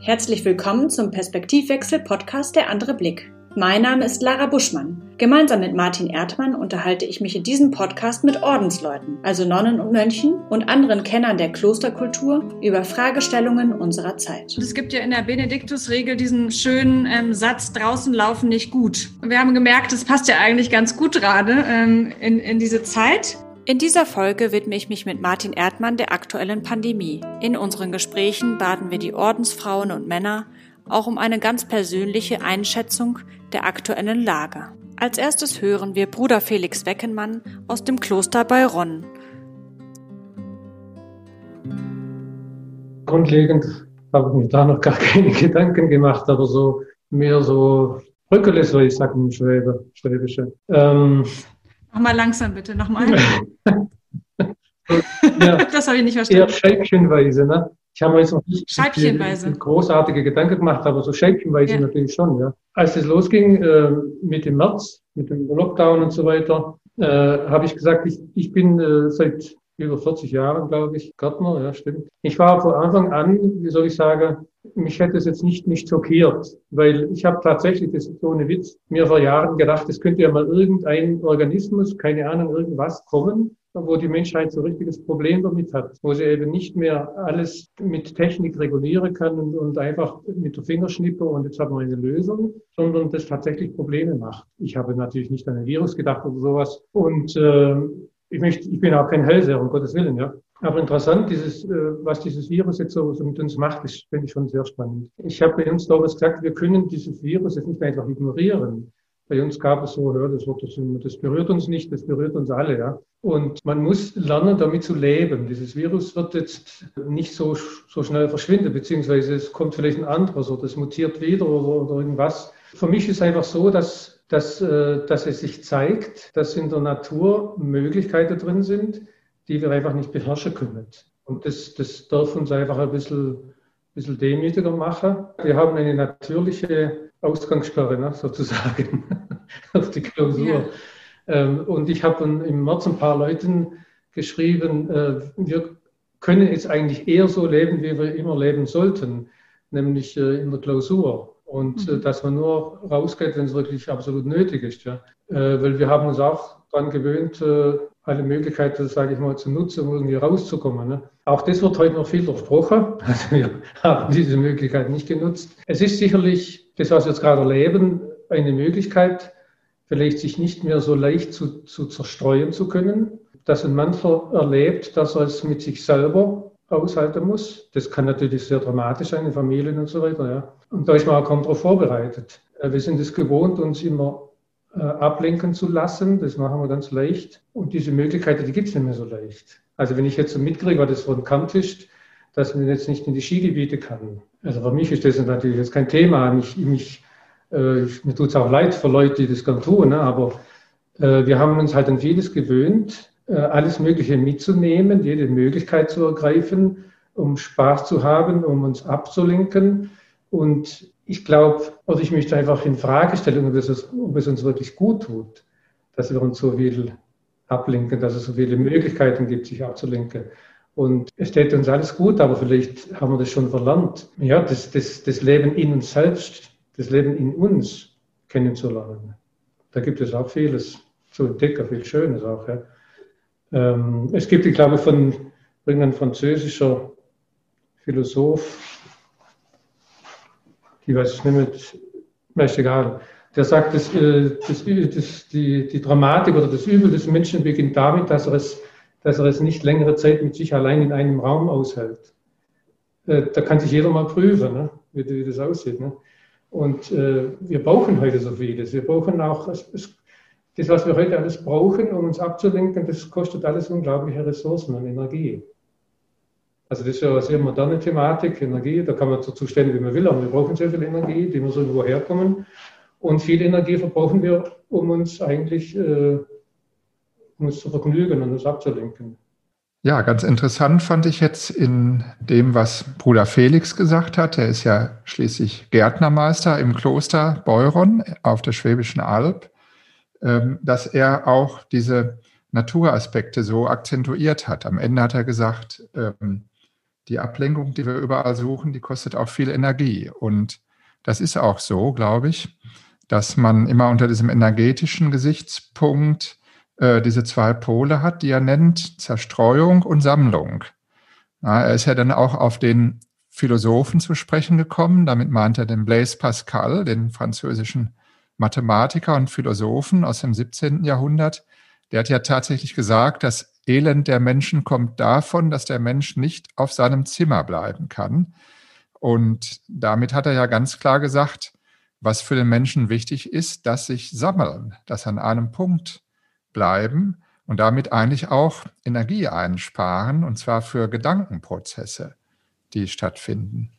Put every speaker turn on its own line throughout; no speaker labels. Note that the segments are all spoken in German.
Herzlich willkommen zum Perspektivwechsel-Podcast Der andere Blick. Mein Name ist Lara Buschmann. Gemeinsam mit Martin Erdmann unterhalte ich mich in diesem Podcast mit Ordensleuten, also Nonnen und Mönchen und anderen Kennern der Klosterkultur über Fragestellungen unserer Zeit.
Es gibt ja in der Benediktusregel diesen schönen Satz, draußen laufen nicht gut. Und wir haben gemerkt, das passt ja eigentlich ganz gut gerade in diese Zeit.
In dieser Folge widme ich mich mit Martin Erdmann der aktuellen Pandemie. In unseren Gesprächen baten wir die Ordensfrauen und Männer auch um eine ganz persönliche Einschätzung der aktuellen Lage. Als erstes hören wir Bruder Felix Weckenmann aus dem Kloster Beuron.
Grundlegend habe ich mir da noch gar keine Gedanken gemacht, aber so mehr so Brückeles, wie ich sage im Schwäbische.
Mach mal langsam bitte, nochmal.
Ja,
das habe ich nicht verstanden.
Eher scheibchenweise, ne? Ich habe mir jetzt noch nicht
Scheibchenweise.
Großartige Gedanken gemacht, aber so scheibchenweise natürlich schon, ja. Als es losging mit dem März, mit dem Lockdown und so weiter, habe ich gesagt, ich bin seit über 40 Jahren, glaube ich, Gärtner, ja, stimmt. Ich war von Anfang an, wie soll ich sagen, mich hätte es jetzt nicht schockiert, weil ich habe tatsächlich, das ist so ohne Witz, mir vor Jahren gedacht, es könnte ja mal irgendein Organismus, keine Ahnung, irgendwas kommen, wo die Menschheit so ein richtiges Problem damit hat, wo sie eben nicht mehr alles mit Technik regulieren kann und einfach mit der Fingerschnippe und jetzt haben wir eine Lösung, sondern das tatsächlich Probleme macht. Ich habe natürlich nicht an ein Virus gedacht oder sowas und ich bin auch kein Hellseher, um Gottes Willen, ja. Aber interessant, was dieses Virus jetzt so mit uns macht, das finde ich schon sehr spannend. Ich habe bei uns damals gesagt, wir können dieses Virus jetzt nicht einfach ignorieren. Bei uns gab es so, ja, das berührt uns nicht, das berührt uns alle, ja. Und man muss lernen, damit zu leben. Dieses Virus wird jetzt nicht so schnell verschwinden, beziehungsweise es kommt vielleicht ein anderes oder es mutiert wieder oder irgendwas. Für mich ist einfach so, dass es sich zeigt, dass in der Natur Möglichkeiten drin sind, die wir einfach nicht beherrschen können. Und das darf uns einfach ein bisschen demütiger machen. Wir haben eine natürliche Ausgangssperre, ne, sozusagen, auf die Klausur. Ja. Und ich habe im März ein paar Leuten geschrieben, wir können jetzt eigentlich eher so leben, wie wir immer leben sollten, nämlich in der Klausur. Und dass man nur rausgeht, wenn es wirklich absolut nötig ist. Ja. Weil wir haben uns auch daran gewöhnt, alle Möglichkeiten, sage ich mal, zu nutzen, um irgendwie rauszukommen. Ne. Auch das wird heute noch viel versprochen. Also wir haben diese Möglichkeit nicht genutzt. Es ist sicherlich, das, was wir jetzt gerade erleben, eine Möglichkeit, vielleicht sich nicht mehr so leicht zu zerstreuen zu können, dass ein mancher erlebt, dass er es mit sich selber aushalten muss. Das kann natürlich sehr dramatisch sein in Familien und so weiter. Ja. Und da ist man auch kaum darauf vorbereitet. Wir sind es gewohnt, uns immer ablenken zu lassen. Das machen wir ganz leicht. Und diese Möglichkeiten, die gibt es nicht mehr so leicht. Also wenn ich jetzt so mitkriege, was das vor dem Kampf ist, dass man jetzt nicht in die Skigebiete kann. Also für mich ist das natürlich jetzt kein Thema. Mir tut es auch leid für Leute, die das gerne tun. Ne? Aber wir haben uns halt an vieles gewöhnt, alles Mögliche mitzunehmen, jede Möglichkeit zu ergreifen, um Spaß zu haben, um uns abzulenken. Und ich glaube, oder ich möchte einfach in Frage stellen, ob es uns wirklich gut tut, dass wir uns so viel ablenken, dass es so viele Möglichkeiten gibt, sich abzulenken. Und es steht uns alles gut, aber vielleicht haben wir das schon verlernt. Ja, das Leben in uns selbst, das Leben in uns kennenzulernen. Da gibt es auch vieles zu entdecken, viel Schönes auch. Ja. Es gibt, ich glaube, von irgendein französischer Philosoph, ich weiß es nicht mehr, ist egal, der sagt, die Dramatik oder das Übel des Menschen beginnt damit, dass er es nicht längere Zeit mit sich allein in einem Raum aushält. Da kann sich jeder mal prüfen, ne, wie das aussieht. Ne. Und wir brauchen heute so vieles. Wir brauchen auch das, was wir heute alles brauchen, um uns abzulenken, das kostet alles unglaubliche Ressourcen und Energie. Also das ist ja eine sehr moderne Thematik, Energie, da kann man dazu stellen, wie man will, aber wir brauchen sehr viel Energie, die muss irgendwo herkommen. Und viel Energie verbrauchen wir, um uns eigentlich um uns zu vergnügen und uns abzulenken.
Ja, ganz interessant fand ich jetzt in dem, was Bruder Felix gesagt hat. Er ist ja schließlich Gärtnermeister im Kloster Beuron auf der Schwäbischen Alb, dass er auch diese Naturaspekte so akzentuiert hat. Am Ende hat er gesagt, die Ablenkung, die wir überall suchen, die kostet auch viel Energie. Und das ist auch so, glaube ich, dass man immer unter diesem energetischen Gesichtspunkt diese zwei Pole hat, die er nennt, Zerstreuung und Sammlung. Ja, er ist ja dann auch auf den Philosophen zu sprechen gekommen. Damit meint er den Blaise Pascal, den französischen Mathematiker und Philosophen aus dem 17. Jahrhundert. Der hat ja tatsächlich gesagt, das Elend der Menschen kommt davon, dass der Mensch nicht auf seinem Zimmer bleiben kann. Und damit hat er ja ganz klar gesagt, was für den Menschen wichtig ist, dass sich sammeln, dass an einem Punkt bleiben und damit eigentlich auch Energie einsparen, und zwar für Gedankenprozesse, die stattfinden.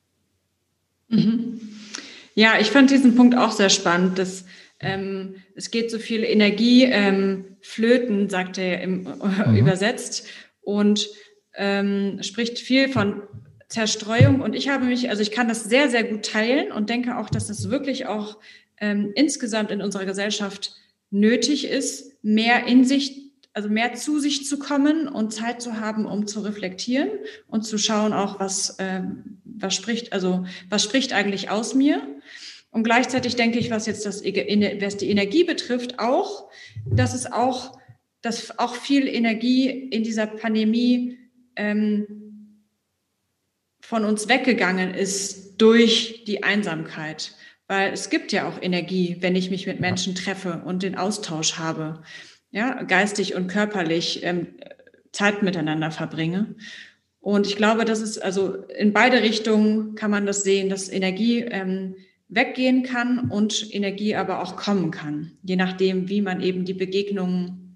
Ja, ich fand diesen Punkt auch sehr spannend, dass es geht so viel Energie flöten, sagt er übersetzt, und spricht viel von Zerstreuung. Und ich kann das sehr, sehr gut teilen und denke auch, dass es wirklich auch insgesamt in unserer Gesellschaft nötig ist, mehr zu sich zu kommen und Zeit zu haben, um zu reflektieren und zu schauen auch, was spricht eigentlich aus mir. Und gleichzeitig denke ich, was die Energie betrifft, dass auch viel Energie in dieser Pandemie von uns weggegangen ist durch die Einsamkeit. Weil es gibt ja auch Energie, wenn ich mich mit Menschen treffe und den Austausch habe, ja, geistig und körperlich Zeit miteinander verbringe. Und ich glaube, dass es also in beide Richtungen kann man das sehen, dass Energie weggehen kann und Energie aber auch kommen kann, je nachdem, wie man eben die Begegnungen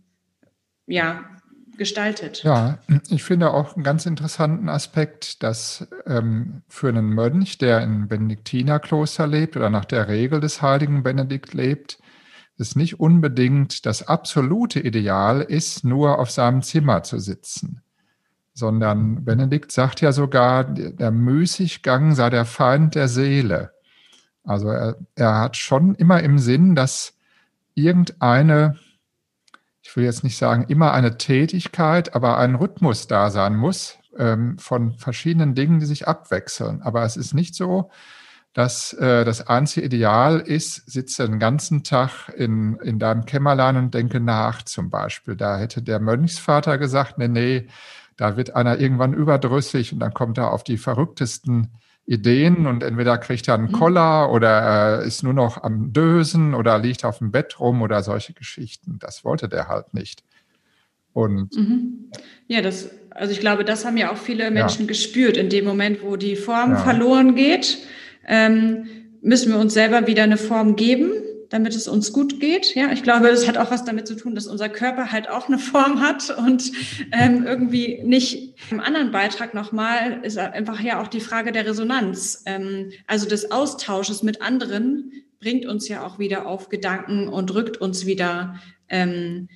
gestaltet.
Ja, ich finde auch einen ganz interessanten Aspekt, dass für einen Mönch, der im Benediktinerkloster lebt oder nach der Regel des heiligen Benedikt lebt, es nicht unbedingt das absolute Ideal ist, nur auf seinem Zimmer zu sitzen, sondern Benedikt sagt ja sogar, der Müßiggang sei der Feind der Seele. Also er hat schon immer im Sinn, dass irgendeine, ich will jetzt nicht sagen immer eine Tätigkeit, aber ein Rhythmus da sein muss von verschiedenen Dingen, die sich abwechseln. Aber es ist nicht so, dass das einzige Ideal ist, sitze den ganzen Tag in deinem Kämmerlein und denke nach zum Beispiel. Da hätte der Mönchsvater gesagt, nee, da wird einer irgendwann überdrüssig und dann kommt er auf die verrücktesten Ideen und entweder kriegt er einen Koller oder ist nur noch am Dösen oder liegt auf dem Bett rum oder solche Geschichten. Das wollte der halt nicht. Und
ja, ich glaube, das haben ja auch viele Menschen gespürt. In dem Moment, wo die Form verloren geht, müssen wir uns selber wieder eine Form geben, damit es uns gut geht. Ja, ich glaube, das hat auch was damit zu tun, dass unser Körper halt auch eine Form hat und irgendwie nicht. Im anderen Beitrag nochmal ist einfach auch die Frage der Resonanz, also des Austausches mit anderen bringt uns ja auch wieder auf Gedanken und rückt uns wieder in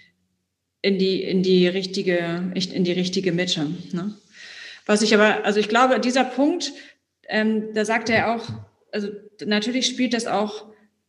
die richtige Mitte. Ne? Ich glaube, dieser Punkt, da sagt er auch, also natürlich spielt das auch.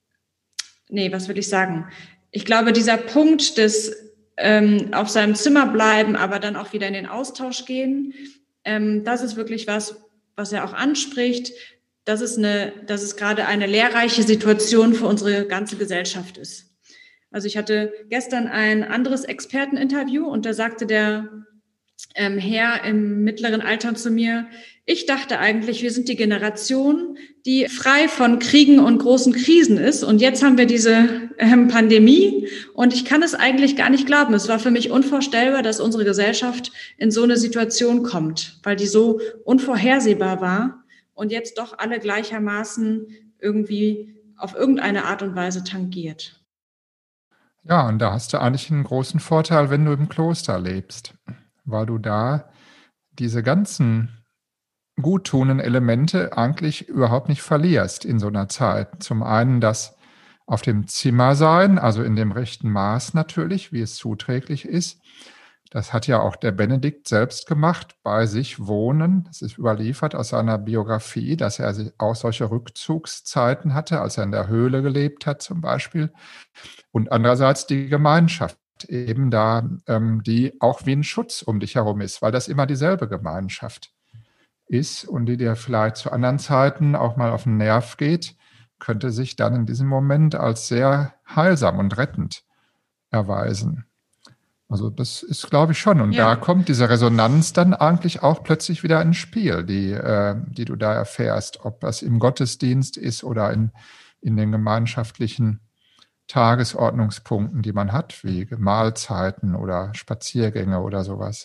Was will ich sagen? Ich glaube, dieser Punkt des auf seinem Zimmer bleiben, aber dann auch wieder in den Austausch gehen, das ist wirklich was er auch anspricht, dass es gerade eine lehrreiche Situation für unsere ganze Gesellschaft ist. Also ich hatte gestern ein anderes Experteninterview und da sagte der Herr im mittleren Alter zu mir, ich dachte eigentlich, wir sind die Generation, die frei von Kriegen und großen Krisen ist. Und jetzt haben wir diese Pandemie und ich kann es eigentlich gar nicht glauben. Es war für mich unvorstellbar, dass unsere Gesellschaft in so eine Situation kommt, weil die so unvorhersehbar war und jetzt doch alle gleichermaßen irgendwie auf irgendeine Art und Weise tangiert.
Ja, und da hast du eigentlich einen großen Vorteil, wenn du im Kloster lebst, weil du da diese ganzen guttuenden Elemente eigentlich überhaupt nicht verlierst in so einer Zeit. Zum einen das auf dem Zimmer sein, also in dem rechten Maß natürlich, wie es zuträglich ist. Das hat ja auch der Benedikt selbst gemacht, bei sich wohnen. Das ist überliefert aus seiner Biografie, dass er auch solche Rückzugszeiten hatte, als er in der Höhle gelebt hat zum Beispiel. Und andererseits die Gemeinschaft eben da, die auch wie ein Schutz um dich herum ist, weil das immer dieselbe Gemeinschaft ist und die dir vielleicht zu anderen Zeiten auch mal auf den Nerv geht, könnte sich dann in diesem Moment als sehr heilsam und rettend erweisen. Also das ist, glaube ich, schon. Und da kommt diese Resonanz dann eigentlich auch plötzlich wieder ins Spiel, die du da erfährst, ob das im Gottesdienst ist oder in den gemeinschaftlichen Tagesordnungspunkten, die man hat, wie Mahlzeiten oder Spaziergänge oder sowas.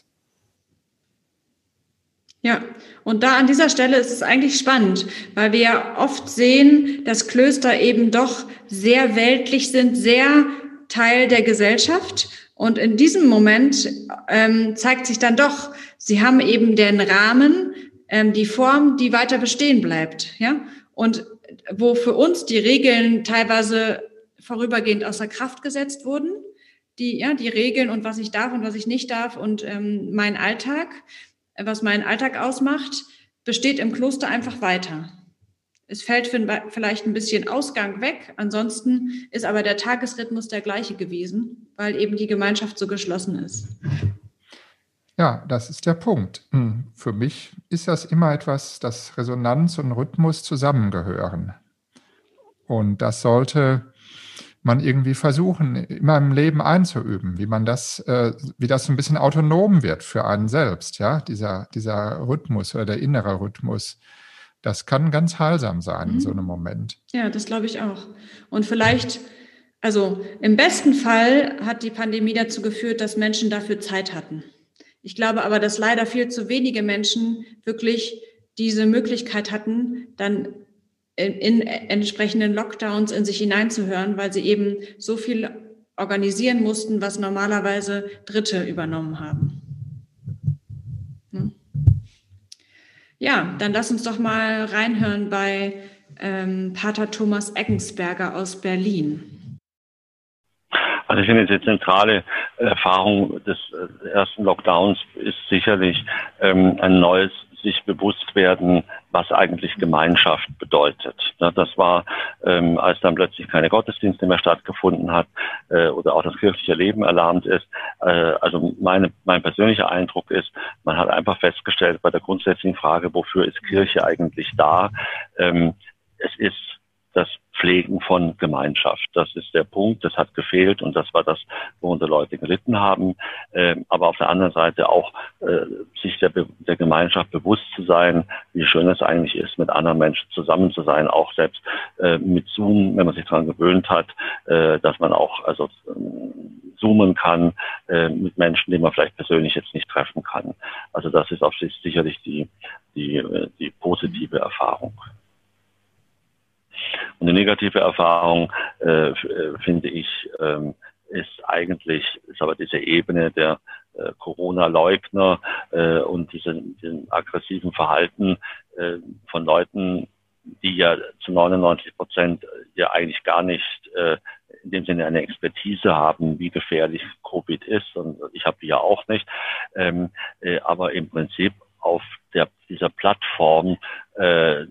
Ja, und da an dieser Stelle ist es eigentlich spannend, weil wir ja oft sehen, dass Klöster eben doch sehr weltlich sind, sehr Teil der Gesellschaft. Und in diesem Moment zeigt sich dann doch, sie haben eben den Rahmen, die Form, die weiter bestehen bleibt. Ja, und wo für uns die Regeln teilweise vorübergehend außer Kraft gesetzt wurden, die Regeln und was ich darf und was ich nicht darf und mein Alltag, was meinen Alltag ausmacht, besteht im Kloster einfach weiter. Es fällt vielleicht ein bisschen Ausgang weg, ansonsten ist aber der Tagesrhythmus der gleiche gewesen, weil eben die Gemeinschaft so geschlossen ist.
Ja, das ist der Punkt. Für mich ist das immer etwas, dass Resonanz und Rhythmus zusammengehören. Und das sollte man irgendwie versuchen, immer im Leben einzuüben, wie das ein bisschen autonom wird für einen selbst, ja, dieser Rhythmus oder der innere Rhythmus. Das kann ganz heilsam sein in so einem Moment.
Ja, das glaube ich auch. Und vielleicht, also im besten Fall hat die Pandemie dazu geführt, dass Menschen dafür Zeit hatten. Ich glaube aber, dass leider viel zu wenige Menschen wirklich diese Möglichkeit hatten, dann in entsprechenden Lockdowns in sich hineinzuhören, weil sie eben so viel organisieren mussten, was normalerweise Dritte übernommen haben. Ja, dann lass uns doch mal reinhören bei Pater Thomas Eggensberger aus Berlin.
Also ich finde, die zentrale Erfahrung des ersten Lockdowns ist sicherlich ein neues sich bewusst werden, was eigentlich Gemeinschaft bedeutet. Das war, als dann plötzlich keine Gottesdienste mehr stattgefunden hat oder auch das kirchliche Leben erlahmt ist. Also mein persönlicher Eindruck ist, man hat einfach festgestellt bei der grundsätzlichen Frage, wofür ist Kirche eigentlich da? Es ist das Pflegen von Gemeinschaft. Das ist der Punkt, das hat gefehlt und das war das, worunter Leute gelitten haben. Aber auf der anderen Seite auch sich der Gemeinschaft bewusst zu sein, wie schön es eigentlich ist, mit anderen Menschen zusammen zu sein, auch selbst mit Zoom, wenn man sich daran gewöhnt hat, dass man auch zoomen kann mit Menschen, die man vielleicht persönlich jetzt nicht treffen kann. Also das ist auch sicherlich die positive Erfahrung. Und die negative Erfahrung, finde ich, ist aber diese Ebene der Corona-Leugner und diesem aggressiven Verhalten von Leuten, die ja zu 99% ja eigentlich gar nicht in dem Sinne eine Expertise haben, wie gefährlich Covid ist. Und ich habe die ja auch nicht. Aber im Prinzip auf dieser Plattform der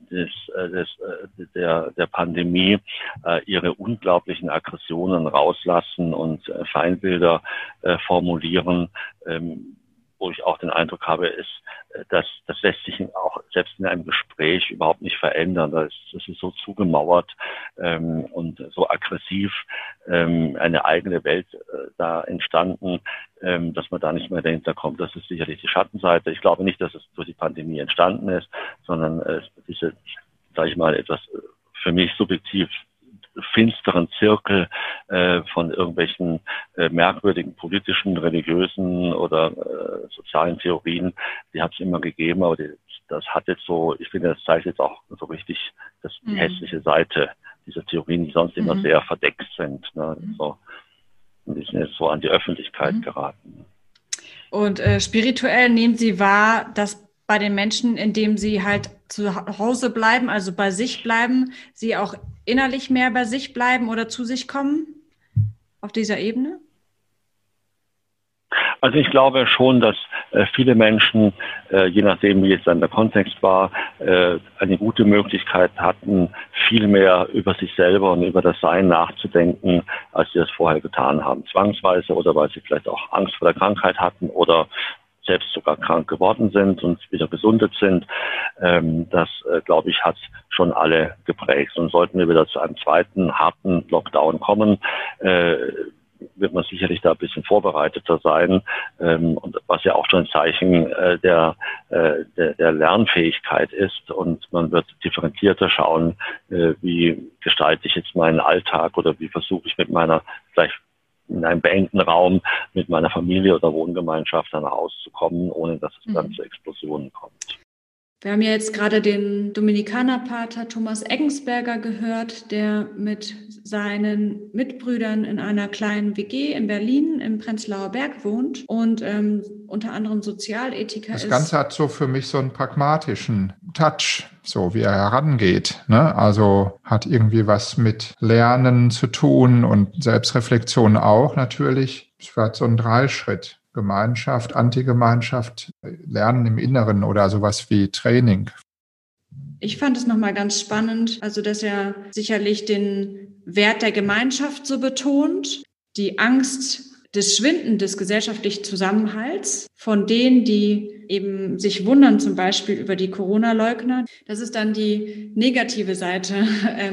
Pandemie ihre unglaublichen Aggressionen rauslassen und Feindbilder formulieren, wo ich auch den Eindruck habe, das lässt sich auch selbst in einem Gespräch überhaupt nicht verändern. Das ist so zugemauert und so aggressiv eine eigene Welt da entstanden, dass man da nicht mehr dahinter kommt. Das ist sicherlich die Schattenseite. Ich glaube nicht, dass es durch die Pandemie entstanden ist, sondern diese, sage ich mal, etwas für mich subjektiv finsteren Zirkel von irgendwelchen merkwürdigen politischen, religiösen oder sozialen Theorien, die hat es immer gegeben, aber das hat jetzt so, ich finde, das zeigt jetzt auch so richtig die hässliche Seite dieser Theorien, die sonst immer sehr verdeckt sind. Ne? So, und die sind jetzt so an die Öffentlichkeit geraten.
Und spirituell nehmen Sie wahr, dass bei den Menschen, indem sie halt zu Hause bleiben, also bei sich bleiben, sie auch innerlich mehr bei sich bleiben oder zu sich kommen auf dieser Ebene?
Also ich glaube schon, dass viele Menschen, je nachdem wie jetzt dann der Kontext war, eine gute Möglichkeit hatten, viel mehr über sich selber und über das Sein nachzudenken, als sie das vorher getan haben. Zwangsweise oder weil sie vielleicht auch Angst vor der Krankheit hatten oder selbst sogar krank geworden sind und wieder gesundet sind. Das, glaube ich, hat schon alle geprägt. Und sollten wir wieder zu einem zweiten harten Lockdown kommen, wird man sicherlich da ein bisschen vorbereiteter sein, und was ja auch schon ein Zeichen der Lernfähigkeit ist. Und man wird differenzierter schauen, wie gestalte ich jetzt meinen Alltag oder wie versuche ich mit meiner, vielleicht in einem beengten Raum, mit meiner Familie oder Wohngemeinschaft dann rauszukommen, ohne dass es dann zu Explosionen kommt.
Wir haben ja jetzt gerade den Dominikanerpater Thomas Eggensberger gehört, der mit seinen Mitbrüdern in einer kleinen WG in Berlin im Prenzlauer Berg wohnt und unter anderem Sozialethiker ist.
Das Ganze hat so für mich so einen pragmatischen Touch, so wie er herangeht, ne? Also hat irgendwie was mit Lernen zu tun und Selbstreflexion auch natürlich. Es war so ein Dreischritt. Gemeinschaft, Antigemeinschaft, Lernen im Inneren oder sowas wie Training.
Ich fand es nochmal ganz spannend, also dass er sicherlich den Wert der Gemeinschaft so betont, die Angst des Schwinden des gesellschaftlichen Zusammenhalts von denen, die eben sich wundern, zum Beispiel über die Corona-Leugner. Das ist dann die negative Seite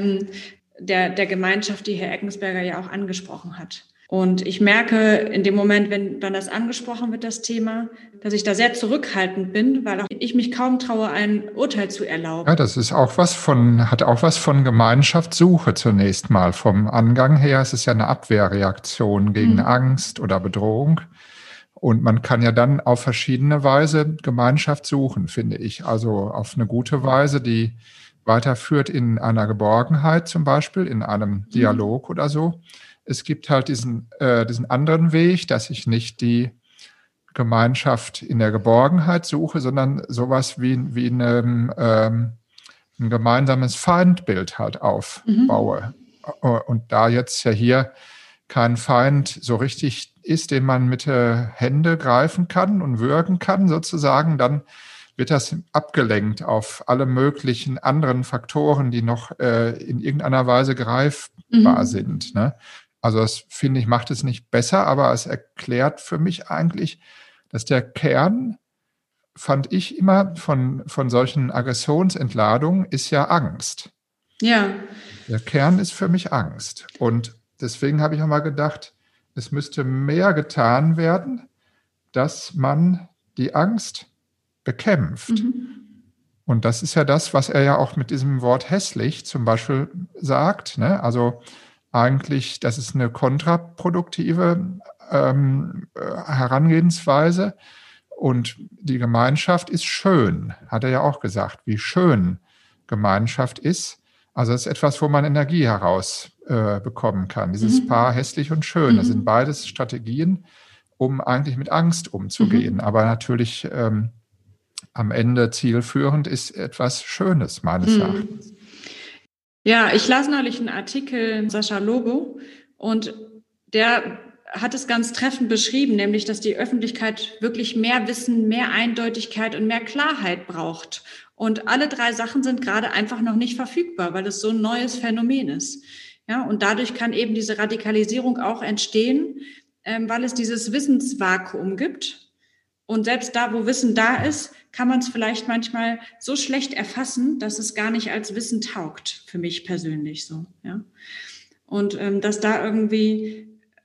der Gemeinschaft, die Herr Eggensberger ja auch angesprochen hat. Und ich merke in dem Moment, wenn dann das angesprochen wird, das Thema, dass ich da sehr zurückhaltend bin, weil auch ich mich kaum traue, ein Urteil zu erlauben.
Ja, das ist auch hat auch was von Gemeinschaftssuche zunächst mal. Vom Angang her ist es ja eine Abwehrreaktion gegen Angst oder Bedrohung. Und man kann ja dann auf verschiedene Weise Gemeinschaft suchen, finde ich. Also auf eine gute Weise, die weiterführt in einer Geborgenheit zum Beispiel, in einem Dialog oder so. Es gibt halt diesen anderen Weg, dass ich nicht die Gemeinschaft in der Geborgenheit suche, sondern sowas wie ein gemeinsames Feindbild halt aufbaue. Und da jetzt ja hier kein Feind so richtig ist, den man mit der Hände greifen kann und würgen kann sozusagen, dann wird das abgelenkt auf alle möglichen anderen Faktoren, die noch in irgendeiner Weise greifbar sind, ne? Also das, finde ich, macht es nicht besser, aber es erklärt für mich eigentlich, dass der Kern, fand ich immer, von solchen Aggressionsentladungen ist ja Angst.
Ja.
Der Kern ist für mich Angst. Und deswegen habe ich auch mal gedacht, es müsste mehr getan werden, dass man die Angst bekämpft. Und das ist ja das, was er ja auch mit diesem Wort hässlich zum Beispiel sagt, ne? Also eigentlich, das ist eine kontraproduktive Herangehensweise und die Gemeinschaft ist schön, hat er ja auch gesagt, wie schön Gemeinschaft ist. Also das ist etwas, wo man Energie herausbekommen kann. Dieses Paar hässlich und schön, das sind beides Strategien, um eigentlich mit Angst umzugehen. Aber natürlich am Ende zielführend ist etwas Schönes, meines Erachtens.
Ja, ich las neulich einen Artikel Sascha Lobo und der hat es ganz treffend beschrieben, nämlich, dass die Öffentlichkeit wirklich mehr Wissen, mehr Eindeutigkeit und mehr Klarheit braucht. Und alle drei Sachen sind gerade einfach noch nicht verfügbar, weil es so ein neues Phänomen ist. Ja, und dadurch kann eben diese Radikalisierung auch entstehen, weil es dieses Wissensvakuum gibt. Und selbst da, wo Wissen da ist, kann man es vielleicht manchmal so schlecht erfassen, dass es gar nicht als Wissen taugt, für mich persönlich so. Ja. Und dass da irgendwie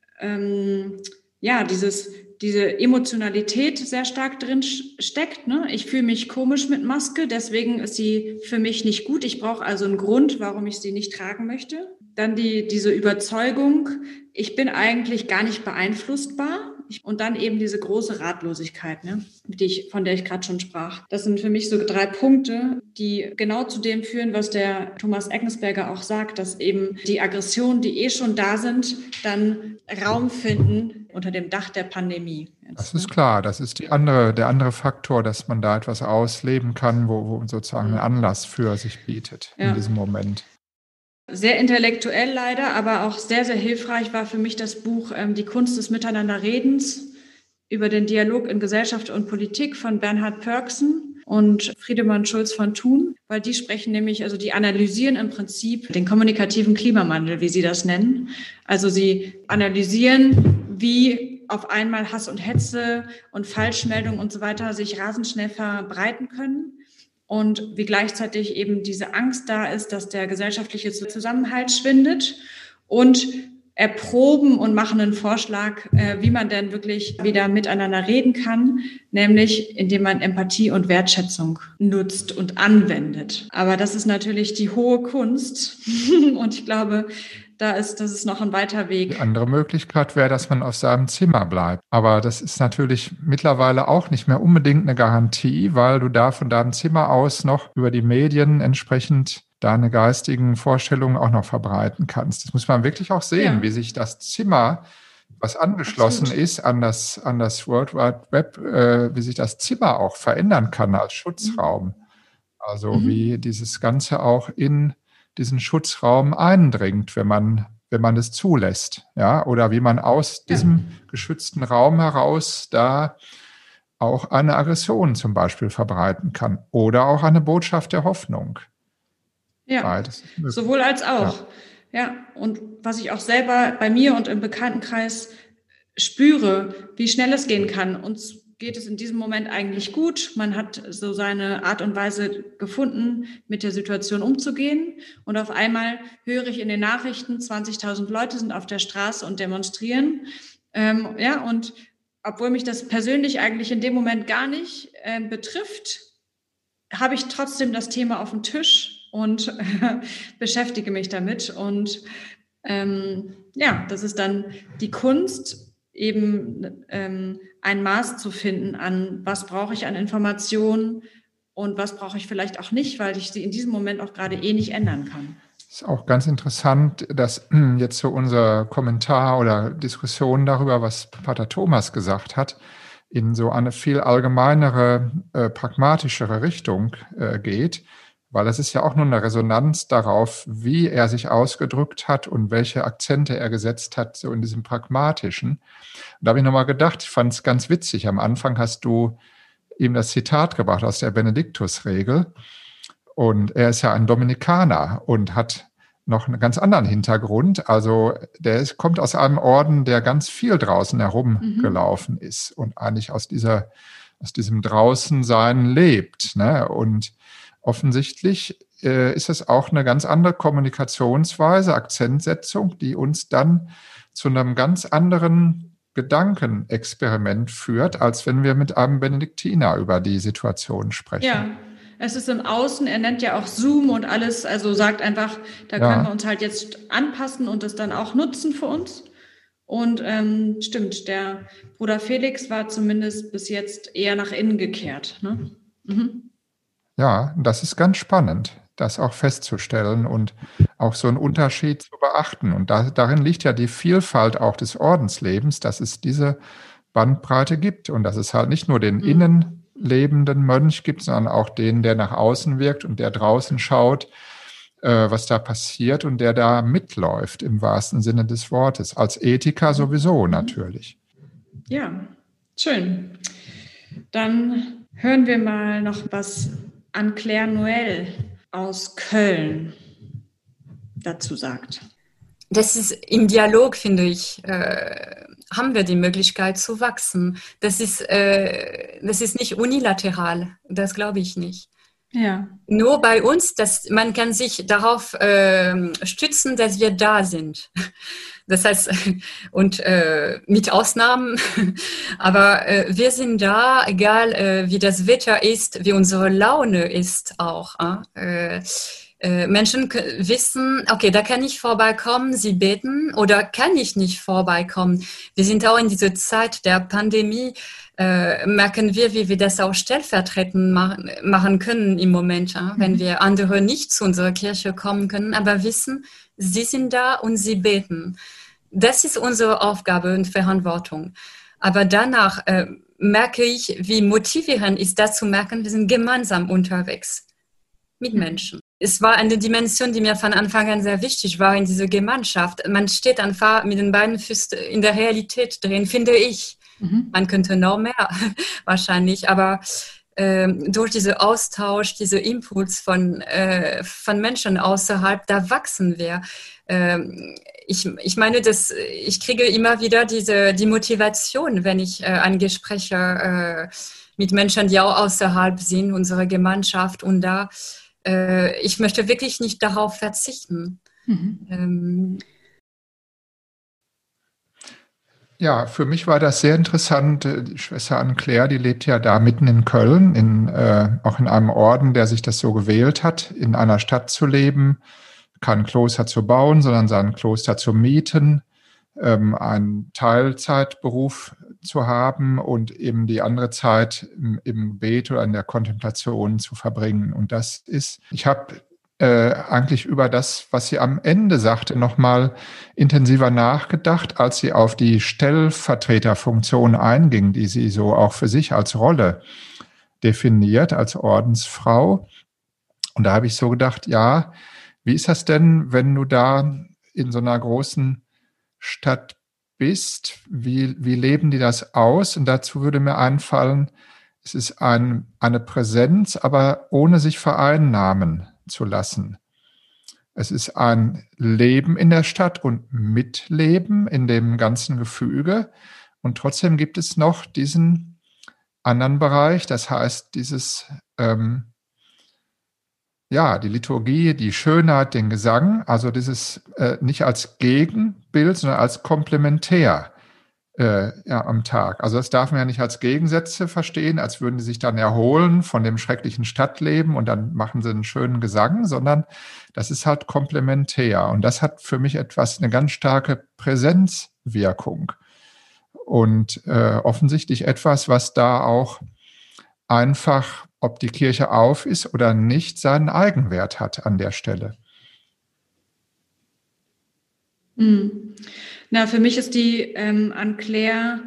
diese Emotionalität sehr stark drin steckt. Ne? Ich fühle mich komisch mit Maske, deswegen ist sie für mich nicht gut. Ich brauche also einen Grund, warum ich sie nicht tragen möchte. Dann diese Überzeugung, ich bin eigentlich gar nicht beeinflussbar. Und dann eben diese große Ratlosigkeit, ne, von der ich gerade schon sprach. Das sind für mich so 3 Punkte, die genau zu dem führen, was der Thomas Eggensberger auch sagt, dass eben die Aggressionen, die schon da sind, dann Raum finden unter dem Dach der Pandemie.
Das ist klar, das ist der andere Faktor, dass man da etwas ausleben kann, wo sozusagen ein Anlass für sich bietet in diesem Moment.
Sehr intellektuell leider, aber auch sehr, sehr hilfreich war für mich das Buch Die Kunst des Miteinanderredens über den Dialog in Gesellschaft und Politik von Bernhard Pörksen und Friedemann Schulz von Thun, weil die sprechen nämlich, also die analysieren im Prinzip den kommunikativen Klimawandel, wie sie das nennen. Also sie analysieren, wie auf einmal Hass und Hetze und Falschmeldungen und so weiter sich rasend schnell verbreiten können und wie gleichzeitig eben diese Angst da ist, dass der gesellschaftliche Zusammenhalt schwindet und erproben und machen einen Vorschlag, wie man denn wirklich wieder miteinander reden kann, nämlich indem man Empathie und Wertschätzung nutzt und anwendet. Aber das ist natürlich die hohe Kunst und ich glaube, das ist noch ein weiter Weg.
Die andere Möglichkeit wäre, dass man auf seinem Zimmer bleibt. Aber das ist natürlich mittlerweile auch nicht mehr unbedingt eine Garantie, weil du da von deinem Zimmer aus noch über die Medien entsprechend deine geistigen Vorstellungen auch noch verbreiten kannst. Das muss man wirklich auch sehen, wie sich das Zimmer, was angeschlossen ist an das World Wide Web, wie sich das Zimmer auch verändern kann als Schutzraum. Also wie dieses Ganze auch in diesen Schutzraum eindringt, wenn man es zulässt, ja, oder wie man aus diesem geschützten Raum heraus da auch eine Aggression zum Beispiel verbreiten kann oder auch eine Botschaft der Hoffnung.
Ja,
beides.
Sowohl als auch. Ja, und was ich auch selber bei mir und im Bekanntenkreis spüre, wie schnell es gehen kann. Uns geht es in diesem Moment eigentlich gut. Man hat so seine Art und Weise gefunden, mit der Situation umzugehen. Und auf einmal höre ich in den Nachrichten, 20.000 Leute sind auf der Straße und demonstrieren. Und obwohl mich das persönlich eigentlich in dem Moment gar nicht betrifft, habe ich trotzdem das Thema auf dem Tisch und beschäftige mich damit. Und das ist dann die Kunst, eben ein Maß zu finden an, was brauche ich an Informationen und was brauche ich vielleicht auch nicht, weil ich sie in diesem Moment auch gerade nicht ändern kann.
Das ist auch ganz interessant, dass jetzt so unser Kommentar oder Diskussion darüber, was Pater Thomas gesagt hat, in so eine viel allgemeinere, pragmatischere Richtung geht. Weil das ist ja auch nur eine Resonanz darauf, wie er sich ausgedrückt hat und welche Akzente er gesetzt hat, so in diesem Pragmatischen. Und da habe ich nochmal gedacht, ich fand es ganz witzig. Am Anfang hast du ihm das Zitat gebracht aus der Benediktusregel. Und er ist ja ein Dominikaner und hat noch einen ganz anderen Hintergrund. Also kommt aus einem Orden, der ganz viel draußen herumgelaufen ist und eigentlich aus diesem Draußensein lebt, ne? Und offensichtlich ist es auch eine ganz andere Kommunikationsweise, Akzentsetzung, die uns dann zu einem ganz anderen Gedankenexperiment führt, als wenn wir mit einem Benediktiner über die Situation sprechen.
Ja, es ist im Außen, er nennt ja auch Zoom und alles, also sagt einfach, da können wir uns halt jetzt anpassen und das dann auch nutzen für uns. Und stimmt, der Bruder Felix war zumindest bis jetzt eher nach innen gekehrt, ne?
Ja, das ist ganz spannend, das auch festzustellen und auch so einen Unterschied zu beachten. Und darin liegt ja die Vielfalt auch des Ordenslebens, dass es diese Bandbreite gibt und dass es halt nicht nur den innen lebenden Mönch gibt, sondern auch den, der nach außen wirkt und der draußen schaut, was da passiert und der da mitläuft im wahrsten Sinne des Wortes. Als Ethiker sowieso natürlich.
Ja, schön. Dann hören wir mal noch was an Claire Noël aus Köln dazu sagt.
Das ist im Dialog, finde ich, haben wir die Möglichkeit zu wachsen. Das ist nicht unilateral, das glaube ich nicht.
Ja.
Nur bei uns, man kann sich darauf stützen, dass wir da sind. Das heißt, und mit Ausnahmen, aber wir sind da, egal wie das Wetter ist, wie unsere Laune ist auch. Menschen wissen, okay, da kann ich vorbeikommen, sie beten oder kann ich nicht vorbeikommen. Wir sind auch in dieser Zeit der Pandemie, merken wir, wie wir das auch stellvertretend machen können im Moment, wenn wir andere nicht zu unserer Kirche kommen können, aber wissen, sie sind da und sie beten. Das ist unsere Aufgabe und Verantwortung. Aber danach merke ich, wie motivierend ist das zu merken, wir sind gemeinsam unterwegs mit Menschen. Es war eine Dimension, die mir von Anfang an sehr wichtig war in dieser Gemeinschaft. Man steht einfach mit den beiden Füßen in der Realität drin, finde ich. Man könnte noch mehr wahrscheinlich, aber durch diesen Austausch, diesen Impuls von Menschen außerhalb, da wachsen wir. ich meine, ich kriege immer wieder die Motivation, wenn ich ein Gespräch mit Menschen, die auch außerhalb sind, unserer Gemeinschaft und da, ich möchte wirklich nicht darauf verzichten.
Ja, für mich war das sehr interessant. Die Schwester Anne-Claire, die lebt ja da mitten in Köln, auch in einem Orden, der sich das so gewählt hat, in einer Stadt zu leben, kein Kloster zu bauen, sondern sein Kloster zu mieten, einen Teilzeitberuf zu haben und eben die andere Zeit im Gebet oder in der Kontemplation zu verbringen. Und ich habe eigentlich über das, was sie am Ende sagte, nochmal intensiver nachgedacht, als sie auf die Stellvertreterfunktion einging, die sie so auch für sich als Rolle definiert, als Ordensfrau. Und da habe ich so gedacht, ja, wie ist das denn, wenn du da in so einer großen Stadt bist? Wie leben die das aus? Und dazu würde mir einfallen, es ist eine Präsenz, aber ohne sich vereinnahmen zu lassen. Es ist ein Leben in der Stadt und Mitleben in dem ganzen Gefüge. Und trotzdem gibt es noch diesen anderen Bereich, das heißt dieses, die Liturgie, die Schönheit, den Gesang, also dieses nicht als Gegenbild, sondern als Komplementär am Tag. Also das darf man ja nicht als Gegensätze verstehen, als würden die sich dann erholen von dem schrecklichen Stadtleben und dann machen sie einen schönen Gesang, sondern das ist halt komplementär. Und das hat für mich eine ganz starke Präsenzwirkung. Und offensichtlich etwas, was da auch einfach, ob die Kirche auf ist oder nicht, seinen Eigenwert hat an der Stelle.
Na, für mich ist die Anne-Claire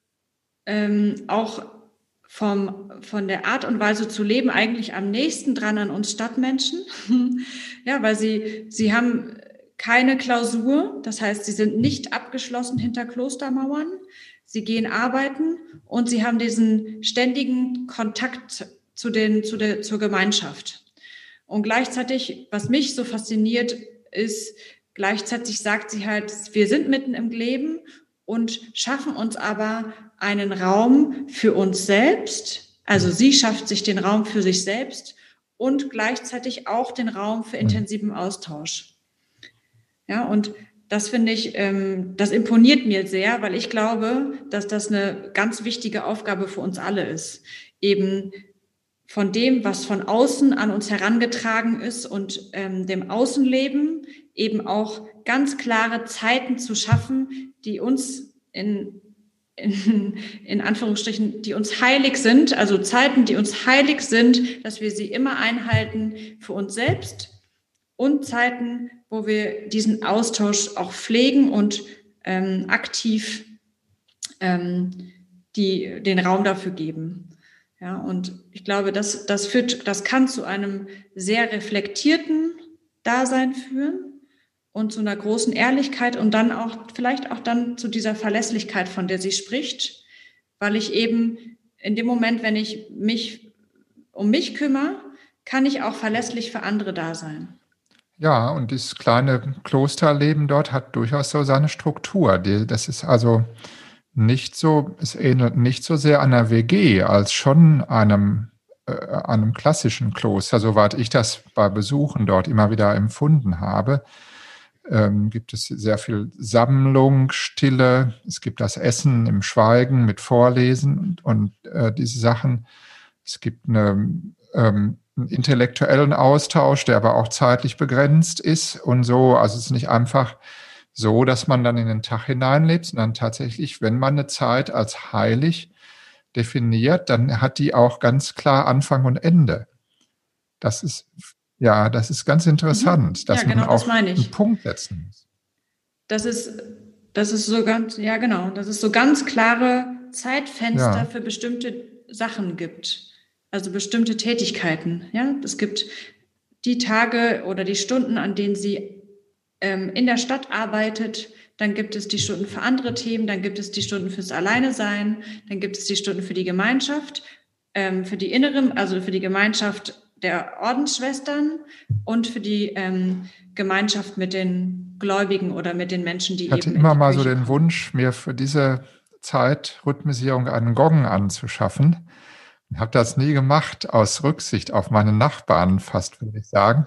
auch von der Art und Weise zu leben eigentlich am nächsten dran an uns Stadtmenschen. Ja, weil sie haben keine Klausur, das heißt, sie sind nicht abgeschlossen hinter Klostermauern. Sie gehen arbeiten und sie haben diesen ständigen Kontakt zur Gemeinschaft. Und gleichzeitig, was mich so fasziniert, ist, gleichzeitig sagt sie halt, wir sind mitten im Leben und schaffen uns aber einen Raum für uns selbst. Also sie schafft sich den Raum für sich selbst und gleichzeitig auch den Raum für intensiven Austausch. Ja, und das finde ich, das imponiert mir sehr, weil ich glaube, dass das eine ganz wichtige Aufgabe für uns alle ist. Eben von dem, was von außen an uns herangetragen ist und dem Außenleben eben auch ganz klare Zeiten zu schaffen, die uns in Anführungsstrichen, die uns heilig sind, also Zeiten, die uns heilig sind, dass wir sie immer einhalten für uns selbst und Zeiten, wo wir diesen Austausch auch pflegen und aktiv den Raum dafür geben. Ja, und ich glaube, das kann zu einem sehr reflektierten Dasein führen und zu einer großen Ehrlichkeit und dann auch, vielleicht auch dann zu dieser Verlässlichkeit, von der sie spricht, weil ich eben in dem Moment, wenn ich mich um mich kümmere, kann ich auch verlässlich für andere da sein.
Ja, und das kleine Klosterleben dort hat durchaus so seine Struktur. Das ist also es ähnelt nicht so sehr einer WG als schon einem klassischen Kloster, soweit ich das bei Besuchen dort immer wieder empfunden habe. Gibt es sehr viel Sammlung, Stille, es gibt das Essen im Schweigen mit Vorlesen und diese Sachen. Es gibt einen intellektuellen Austausch, der aber auch zeitlich begrenzt ist und so. Also es ist nicht einfach so, dass man dann in den Tag hineinlebt, sondern tatsächlich, wenn man eine Zeit als heilig definiert, dann hat die auch ganz klar Anfang und Ende. Das ist ganz interessant, dass man auch einen Punkt setzen muss.
Das ist so ganz klare Zeitfenster für bestimmte Sachen gibt. Also bestimmte Tätigkeiten. Ja, es gibt die Tage oder die Stunden, an denen sie in der Stadt arbeitet. Dann gibt es die Stunden für andere Themen. Dann gibt es die Stunden fürs Alleine-Sein. Dann gibt es die Stunden für die Gemeinschaft, für die Gemeinschaft der Ordensschwestern und für die Gemeinschaft mit den Gläubigen oder mit den Menschen, die eben
Ich hatte immer mal so den Wunsch, mir für diese Zeitrhythmisierung einen Gong anzuschaffen. Ich habe das nie gemacht, aus Rücksicht auf meine Nachbarn fast, würde ich sagen.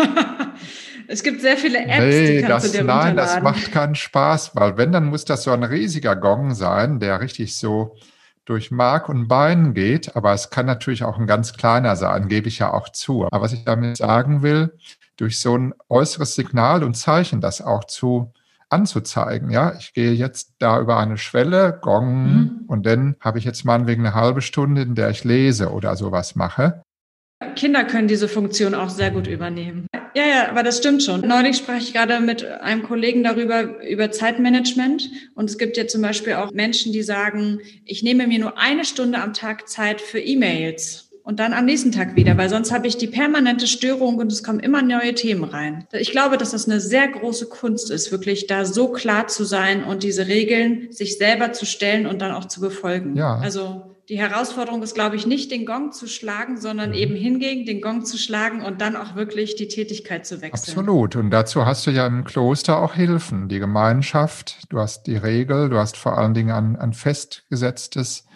Es gibt sehr viele Apps, die kannst du dir runterladen.
Nein, das macht keinen Spaß, weil wenn, dann muss das so ein riesiger Gong sein, der richtig so durch Mark und Bein geht. Aber es kann natürlich auch ein ganz kleiner sein, gebe ich ja auch zu. Aber was ich damit sagen will, durch so ein äußeres Signal und Zeichen das auch anzuzeigen. Ja, ich gehe jetzt da über eine Schwelle, Gong, und dann habe ich jetzt meinetwegen eine halbe Stunde, in der ich lese oder sowas mache.
Kinder können diese Funktion auch sehr gut übernehmen. Ja, aber das stimmt schon. Neulich sprach ich gerade mit einem Kollegen über Zeitmanagement. Und es gibt ja zum Beispiel auch Menschen, die sagen, ich nehme mir nur 1 Stunde am Tag Zeit für E-Mails und dann am nächsten Tag wieder, weil sonst habe ich die permanente Störung und es kommen immer neue Themen rein. Ich glaube, dass das eine sehr große Kunst ist, wirklich da so klar zu sein und diese Regeln sich selber zu stellen und dann auch zu befolgen.
Ja.
Also die Herausforderung ist, glaube ich, nicht den Gong zu schlagen, sondern eben hingegen den Gong zu schlagen und dann auch wirklich die Tätigkeit zu wechseln.
Absolut. Und dazu hast du ja im Kloster auch Hilfen. Die Gemeinschaft, du hast die Regel, du hast vor allen Dingen ein festgesetztes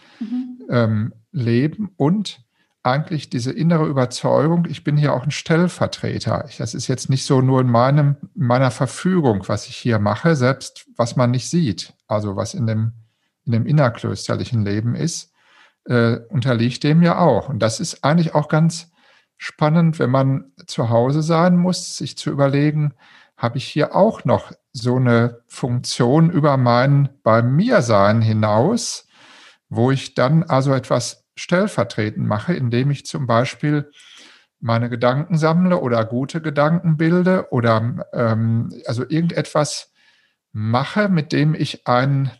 Leben und eigentlich diese innere Überzeugung, ich bin hier auch ein Stellvertreter. Das ist jetzt nicht so nur in meiner Verfügung, was ich hier mache, selbst was man nicht sieht, also was in dem innerklösterlichen Leben ist, unterliegt dem ja auch. Und das ist eigentlich auch ganz spannend, wenn man zu Hause sein muss, sich zu überlegen, habe ich hier auch noch so eine Funktion über mein bei mir sein hinaus, wo ich dann also etwas stellvertretend mache, indem ich zum Beispiel meine Gedanken sammle oder gute Gedanken bilde oder also irgendetwas mache, mit dem ich wie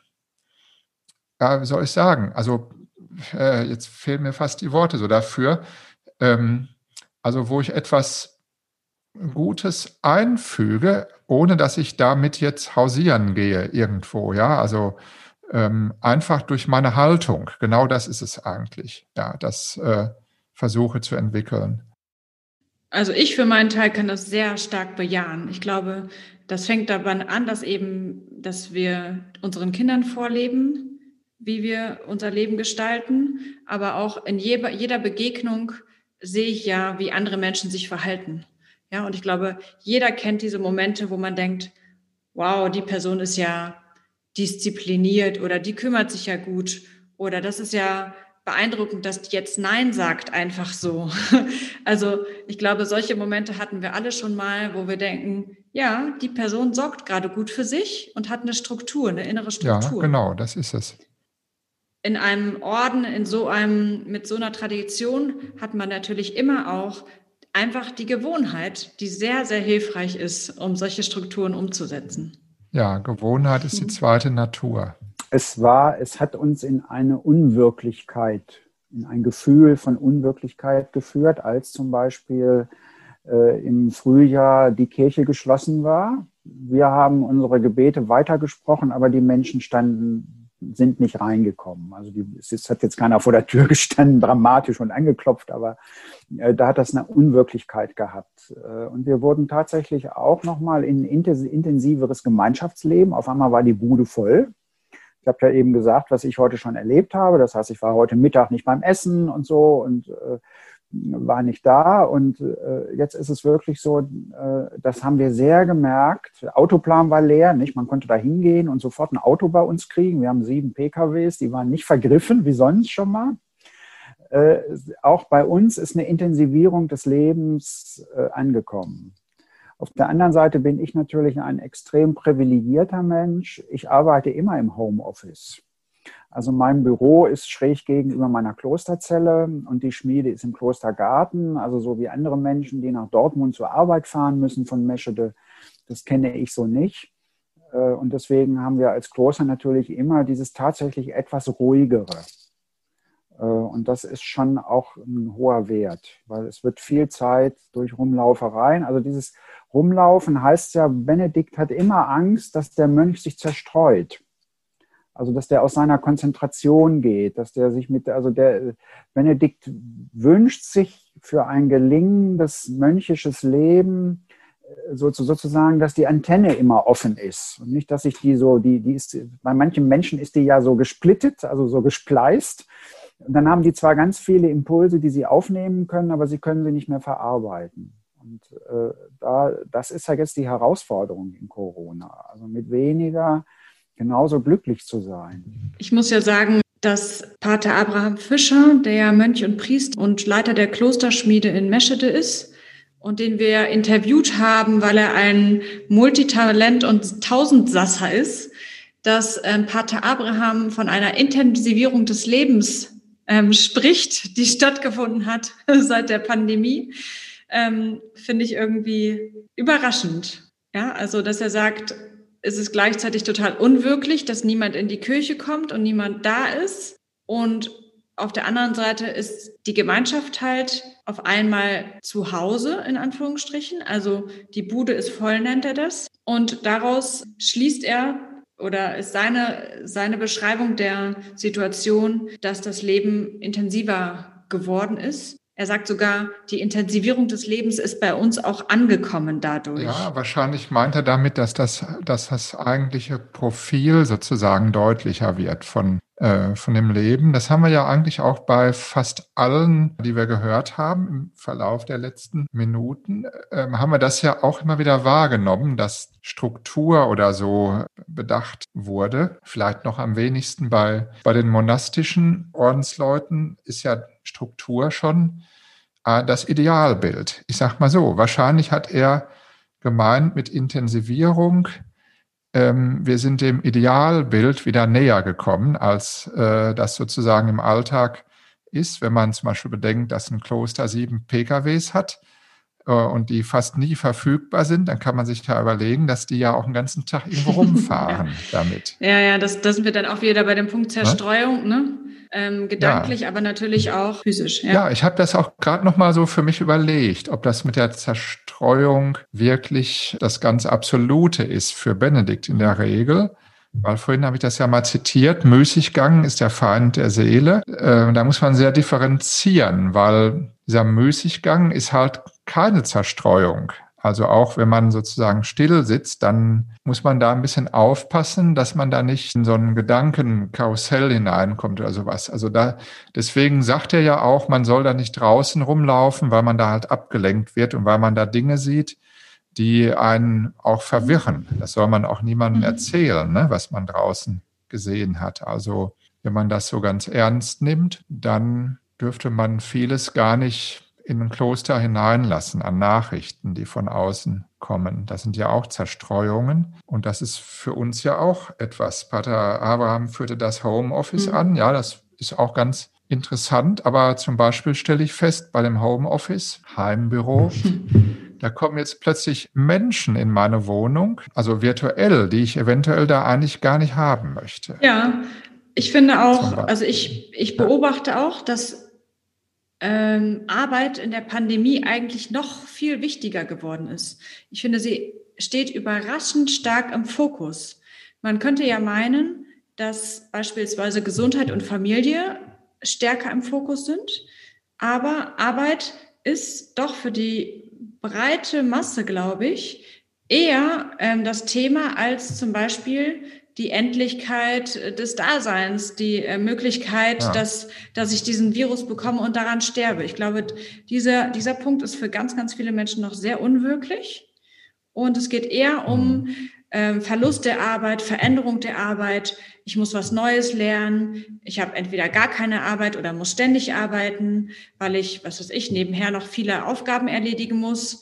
soll ich sagen, also jetzt fehlen mir fast die Worte so dafür, also wo ich etwas Gutes einfüge, ohne dass ich damit jetzt hausieren gehe irgendwo, ja, also einfach durch meine Haltung, genau das ist es eigentlich, ja, das versuche zu entwickeln.
Also ich für meinen Teil kann das sehr stark bejahen. Ich glaube, das fängt daran an, dass wir unseren Kindern vorleben, wie wir unser Leben gestalten, aber auch in jeder Begegnung sehe ich ja, wie andere Menschen sich verhalten. Ja, und ich glaube, jeder kennt diese Momente, wo man denkt, wow, die Person ist ja diszipliniert oder die kümmert sich ja gut oder das ist ja beeindruckend, dass die jetzt Nein sagt, einfach so. Also ich glaube, solche Momente hatten wir alle schon mal, wo wir denken, ja, die Person sorgt gerade gut für sich und hat eine Struktur, eine innere Struktur.
Ja, genau, das ist es.
In einem Orden, mit so einer Tradition hat man natürlich immer auch einfach die Gewohnheit, die sehr, sehr hilfreich ist, um solche Strukturen umzusetzen.
Ja, Gewohnheit ist die zweite Natur.
Es hat uns in eine Unwirklichkeit, in ein Gefühl von Unwirklichkeit geführt, als zum Beispiel im Frühjahr die Kirche geschlossen war. Wir haben unsere Gebete weitergesprochen, aber die Menschen sind nicht reingekommen. Also es hat jetzt keiner vor der Tür gestanden, dramatisch und angeklopft, aber da hat das eine Unwirklichkeit gehabt. Und wir wurden tatsächlich auch nochmal in intensiveres Gemeinschaftsleben. Auf einmal war die Bude voll. Ich habe ja eben gesagt, was ich heute schon erlebt habe. Das heißt, ich war heute Mittag nicht beim Essen und so und war nicht da. Und jetzt ist es wirklich so, das haben wir sehr gemerkt. Der Autoplan war leer, nicht? Man konnte da hingehen und sofort ein Auto bei uns kriegen. Wir haben 7 PKWs, die waren nicht vergriffen, wie sonst schon mal. Auch bei uns ist eine Intensivierung des Lebens angekommen. Auf der anderen Seite bin ich natürlich ein extrem privilegierter Mensch. Ich arbeite immer im Homeoffice. Also mein Büro ist schräg gegenüber meiner Klosterzelle und die Schmiede ist im Klostergarten. Also so wie andere Menschen, die nach Dortmund zur Arbeit fahren müssen von Meschede. Das kenne ich so nicht. Und deswegen haben wir als Kloster natürlich immer dieses tatsächlich etwas ruhigere. Und das ist schon auch ein hoher Wert, weil es wird viel Zeit durch Rumlaufereien. Also dieses Rumlaufen heißt ja, Benedikt hat immer Angst, dass der Mönch sich zerstreut. Also, dass der aus seiner Konzentration geht, dass der sich der Benedikt wünscht sich für ein gelingendes mönchisches Leben sozusagen, dass die Antenne immer offen ist. Und nicht, dass sich die ist, bei manchen Menschen ist die ja so gesplittet, also so gespleist. Und dann haben die zwar ganz viele Impulse, die sie aufnehmen können, aber sie können sie nicht mehr verarbeiten. Und das ist ja jetzt die Herausforderung in Corona. Also mit weniger genauso glücklich zu sein.
Ich muss ja sagen, dass Pater Abraham Fischer, der ja Mönch und Priester und Leiter der Klosterschmiede in Meschede ist und den wir interviewt haben, weil er ein Multitalent und Tausendsasser ist, dass Pater Abraham von einer Intensivierung des Lebens spricht, die stattgefunden hat seit der Pandemie, finde ich irgendwie überraschend. Ja, also dass er sagt, es ist gleichzeitig total unwirklich, dass niemand in die Kirche kommt und niemand da ist. Und auf der anderen Seite ist die Gemeinschaft halt auf einmal zu Hause, in Anführungsstrichen. Also die Bude ist voll, nennt er das. Und daraus schließt er, oder ist seine Beschreibung der Situation, dass das Leben intensiver geworden ist. Er sagt sogar, die Intensivierung des Lebens ist bei uns auch angekommen dadurch.
Ja, wahrscheinlich meint er damit, dass das eigentliche Profil sozusagen deutlicher wird von dem Leben. Das haben wir ja eigentlich auch bei fast allen, die wir gehört haben im Verlauf der letzten Minuten, haben wir das ja auch immer wieder wahrgenommen, dass Struktur oder so bedacht wurde. Vielleicht noch am wenigsten bei den monastischen Ordensleuten ist ja Struktur schon das Idealbild. Ich sag mal so, wahrscheinlich hat er gemeint mit Intensivierung, wir sind dem Idealbild wieder näher gekommen, als das sozusagen im Alltag ist, wenn man zum Beispiel bedenkt, dass ein Kloster 7 PKWs hat und die fast nie verfügbar sind, dann kann man sich ja überlegen, dass die ja auch den ganzen Tag irgendwo rumfahren damit.
Ja, das sind wir dann auch wieder bei dem Punkt Zerstreuung, ne? Gedanklich, aber natürlich auch physisch.
Ja, ich habe das auch gerade noch mal so für mich überlegt, ob das mit der Zerstreuung wirklich das ganz Absolute ist für Benedikt in der Regel. Weil vorhin habe ich das ja mal zitiert, Müßiggang ist der Feind der Seele. Da muss man sehr differenzieren, weil dieser Müßiggang ist halt keine Zerstreuung. Also auch wenn man sozusagen still sitzt, dann muss man da ein bisschen aufpassen, dass man da nicht in so ein Gedankenkarussell hineinkommt oder sowas. Also deswegen sagt er ja auch, man soll da nicht draußen rumlaufen, weil man da halt abgelenkt wird und weil man da Dinge sieht, die einen auch verwirren. Das soll man auch niemandem erzählen, ne, was man draußen gesehen hat. Also wenn man das so ganz ernst nimmt, dann dürfte man vieles gar nicht in ein Kloster hineinlassen an Nachrichten, die von außen kommen. Das sind ja auch Zerstreuungen und das ist für uns ja auch etwas. Pater Abraham führte das Homeoffice an. Ja, das ist auch ganz interessant, aber zum Beispiel stelle ich fest, bei dem Homeoffice, Heimbüro, da kommen jetzt plötzlich Menschen in meine Wohnung, also virtuell, die ich eventuell da eigentlich gar nicht haben möchte.
Ja, ich finde auch, also ich beobachte auch, dass Arbeit in der Pandemie eigentlich noch viel wichtiger geworden ist. Ich finde, sie steht überraschend stark im Fokus. Man könnte ja meinen, dass beispielsweise Gesundheit und Familie stärker im Fokus sind, aber Arbeit ist doch für die breite Masse, glaube ich, eher das Thema als zum Beispiel die Endlichkeit des Daseins, die Möglichkeit, dass ich diesen Virus bekomme und daran sterbe. Ich glaube, dieser Punkt ist für ganz, ganz viele Menschen noch sehr unwirklich. Und es geht eher um Verlust der Arbeit, Veränderung der Arbeit. Ich muss was Neues lernen. Ich habe entweder gar keine Arbeit oder muss ständig arbeiten, weil ich, nebenher noch viele Aufgaben erledigen muss.